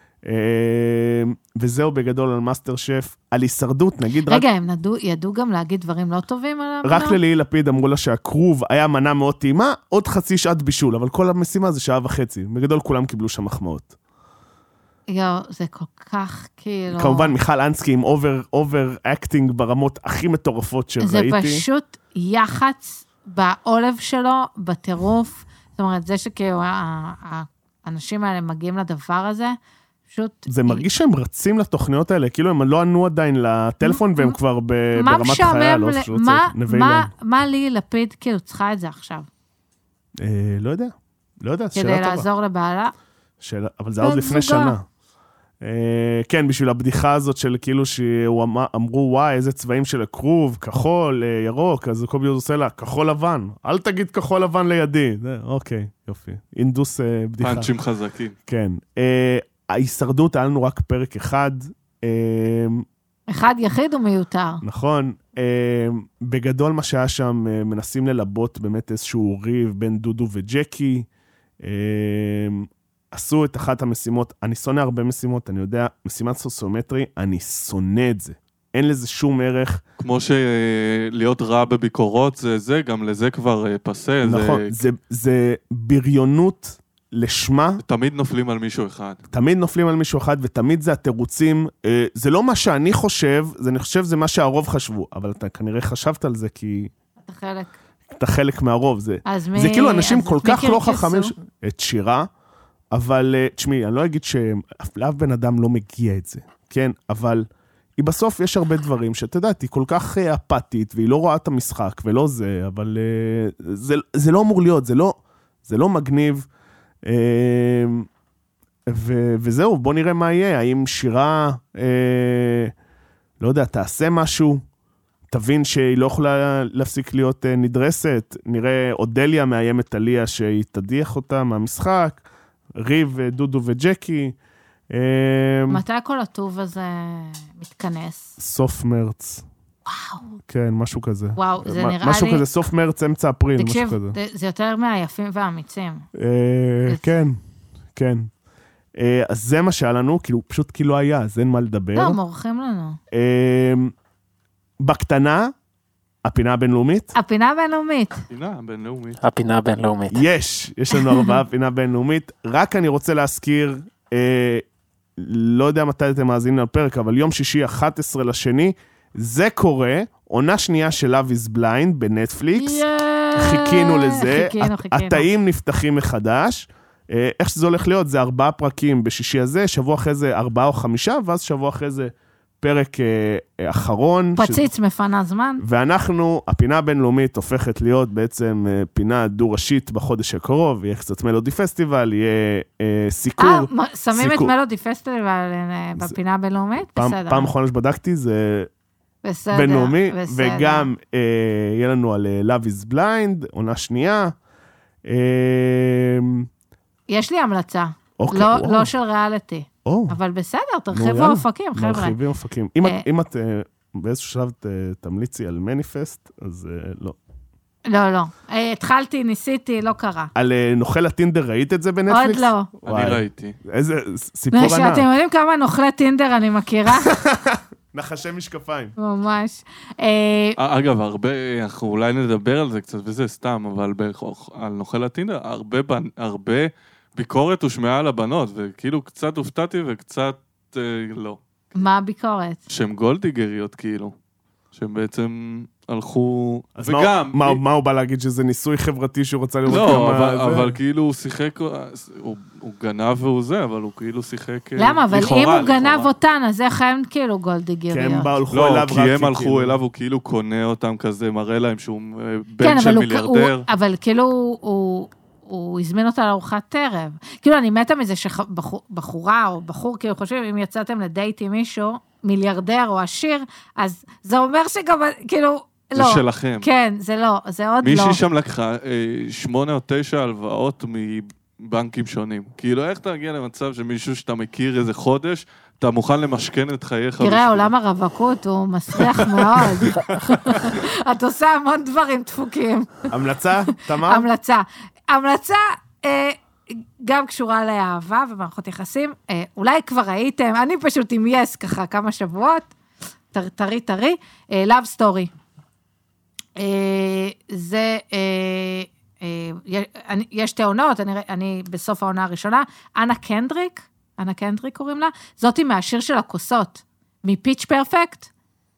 וזהו בגדול על מאסטר שף, על הישרדות, נגיד רגע, הם ידעו גם להגיד דברים לא טובים על המנה? רק לליהי לפיד אמרו לה שהקרוב היה מנה מאוד טעימה, עוד 0.5 שעת בישול, אבל כל המשימה זה 1.5 שעה. בגדול כולם קיבלו שם מחמאות. זה כל כך כאילו... כמובן מיכל אנסקי עם אובר אקטינג ברמות הכי מטורפות שראיתי. זה פשוט יחץ בעולב שלו, בטירוף. זאת אומרת, זה שכאילו האנשים האלה מגיעים לדבר הזה, פשוט... זה מרגיש שהם רצים לתוכניות האלה, כאילו הם לא ענו עדיין לטלפון, והם כבר ברמת חייל, מה לי לפיד כאילו צריכה את זה עכשיו? לא יודע, שאלה טובה. כדי לעזור לבעלה? אבל זה עוד לפני שנה. כן, בשביל הבדיחה הזאת של כאילו שאמרו, וואי, איזה צבעים של הכרוב, כחול, ירוק, אז קובי עוז עושה לה, כחול לבן. אל תגיד כחול לבן לידי. אוקיי, יופי. אינדוס בדיחה. פאנצ'ים חזקים. כן. ההישרדות, היה לנו רק פרק אחד. אחד יחיד ומיותר. נכון. בגדול מה שהיה שם, מנסים ללבות באמת איזשהו ריב בין דודו וג'קי. עשו את אחת המשימות, אני שונא הרבה משימות, אני יודע, משימת סוציומטרי, אני שונא את זה. אין לזה שום ערך. כמו שלהיות רע בביקורות, זה גם לזה כבר פסה. נכון, זה בריונות לשמה. תמיד נופלים על מישהו אחד. ותמיד זה התירוצים. זה לא מה שאני חושב, אני חושב זה מה שהרוב חשבו, אבל אתה כנראה חשבת על זה כי... אתה חלק מהרוב. זה כאילו אנשים כל כך לא חכמים. את שירה, אבל תשמעי, אני לא אגיד שאף בן אדם לא מגיע את זה, כן? אבל היא בסוף יש הרבה דברים שאתה יודעת, היא כל כך אפתית, והיא לא רואה את המשחק ולא זה, אבל זה לא אמור להיות, זה לא מגניב, וזהו, בוא נראה מה יהיה, האם שירה, לא יודע, תעשה משהו, תבין שהיא לא יכולה להפסיק להיות נדרסת, נראה אודליה מאיימת עליה שהיא תדיח אותה מהמשחק, ריב, דודו וג'קי. מתי כל הטוב הזה מתכנס? סוף מרץ. וואו. כן, משהו כזה. וואו, זה נראה לי... משהו כזה, סוף מרץ, אמצע אפריל, משהו כזה. תקשיב, זה יותר מהיפים והאמיצים. כן, כן. אז זה מה שהיה לנו, פשוט כי לא היה, אז אין מה לדבר. לא, מורחים לנו. בקטנה, הפינה הבינלאומית? הפינה הבינלאומית. הפינה הבינלאומית. יש לנו 4 פינה בינלאומית. רק אני רוצה להזכיר, לא יודע מתי אתם מאזינים לפרק, אבל יום שישי 11 לשני, זה קורה, עונה שנייה של Love is Blind בנטפליקס. חיכינו לזה. חיכינו. התאים נפתחים מחדש. איך שזה הולך להיות, זה 4 פרקים בשישי הזה, שבוע אחרי זה 4 או 5, ואז שבוע אחרי זה פרק אחרון. פציץ מפנה זמן. ואנחנו, הפינה הבינלאומית הופכת להיות בעצם פינה דו-ראשית בחודש הקרוב, יהיה קצת מלודי פסטיבל, יהיה סיקור. שמים את מלודי פסטיבל בפינה הבינלאומית? בסדר. פעם אחרונה שבדקתי זה בינלאומי, וגם יהיה לנו על Love is Blind, עונה שנייה. יש לי המלצה. לא של ריאליטי. אבל בסדר, תרחיבו אופקים, חבר'ה. תרחיבו אופקים. אם את באיזשהו שלב תמליצי על מניפסט, אז לא. לא. התחלתי, ניסיתי, לא קרה. על נוכל הטינדר, ראית את זה בנטפליקס? עוד לא. אני ראיתי. איזה סיפור ענק. אתם יודעים כמה נוכלי טינדר אני מכירה? נחשי משקפיים. ממש. אגב, אנחנו אולי נדבר על זה קצת, וזה סתם, אבל על נוכל הטינדר, הרבה ביקורת הושמעה על הבנות, וכאילו קצת הופתעתי וקצת לא. מה הביקורת? שהן גולדיגריות, כאילו. שהן בעצם הלכו... אז וגם... מה הוא בא להגיד, שזה ניסוי חברתי שהוא רוצה לראות כמה... לא, אבל כאילו הוא שיחק... הוא גנב והוא זה, אבל הוא כאילו שיחק... למה? אבל אם הוא גנב אותן, אז איך הם כאילו גולדיגריות? כי הם הלכו אליו רק... כי הם הלכו אליו, הוא כאילו קונה אותם כזה, מראה להם שהוא בן של מיליארדר. אבל כאילו הוא הזמין אותה לארוחת ערב. כאילו אני מתה מזה שבחורה או בחור, כאילו חושבים, אם יצאתם לדייט עם מישהו, מיליארדר או עשיר, אז זה אומר שגם, כאילו, זה לא. זה שלכם. כן, זה לא, זה עוד מישהי לא. שם לקחה 8 או 9 הלוואות מבנקים שונים. כאילו, איך אתה מגיע למצב שמישהו שאתה מכיר איזה חודש, אתה מוכן למשכן את חייך? תראה, עולם הרווקות הוא מסריח מאוד. את עושה המון דברים דפוקים. המלצה, תמר? המלצה, גם קשורה לאהבה ומערכות יחסים, אולי כבר ראיתם, אני פשוט עם יס ככה כמה שבועות, טרי, Love Story. זה, יש 2 עונות, אני בסוף העונה הראשונה, אנה קנדריק קוראים לה, זאתי מהשיר של הכוסות, מפיץ' פרפקט.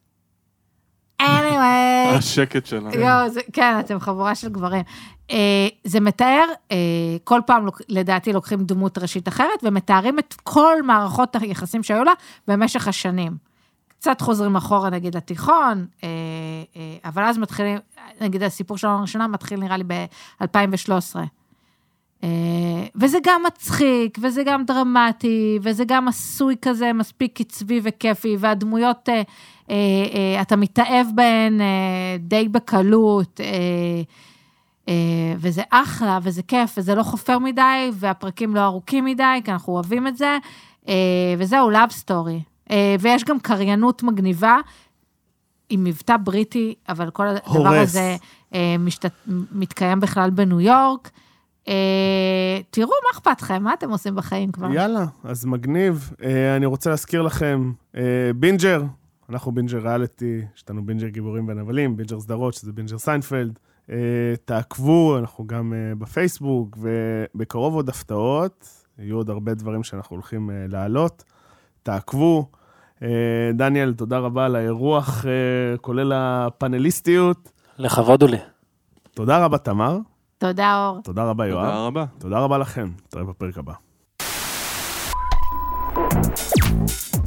anyway. השקט שלה. כן, אתם חבורה של גברים. זה מתאר, כל פעם לדעתי לוקחים דמות ראשית אחרת, ומתארים את כל מערכות היחסים שהיו לה במשך השנים. קצת חוזרים אחורה נגיד לתיכון, אבל אז מתחילים, נגיד הסיפור שלנו הראשונה מתחיל נראה לי ב-2013. וזה גם מצחיק, וזה גם דרמטי, וזה גם עשוי כזה מספיק קצבי וכיפי, והדמויות, אתה מתאהב בהן די בקלות, וזה אחלה, וזה כיף, וזה לא חופר מדי, והפרקים לא ארוכים מדי, כי אנחנו אוהבים את זה, וזהו, Love Story. ויש גם קריינות מגניבה, עם מבטא בריטי, אבל כל הדבר הזה מתקיים בכלל בניו יורק. תראו מה אכפת לכם, מה אתם עושים בחיים כבר? יאללה, אז מגניב. אני רוצה להזכיר לכם, בינג'ר, אנחנו בינג'ר ריאליטי, יש לנו בינג'ר גיבורים ונבלים, בינג'ר סדרות, שזה בינג'ר סיינפלד. תעקבו, אנחנו גם בפייסבוק, ובקרוב עוד הפתעות, יהיו עוד הרבה דברים שאנחנו הולכים להעלות. תעקבו. דניאל, תודה רבה על האירוח, כולל הפאנליסטיות. לכבוד הוא לי. תודה רבה, תמר. תודה, אור. תודה רבה, יואב. תודה רבה. תודה רבה לכם. נתראה בפרק הבא.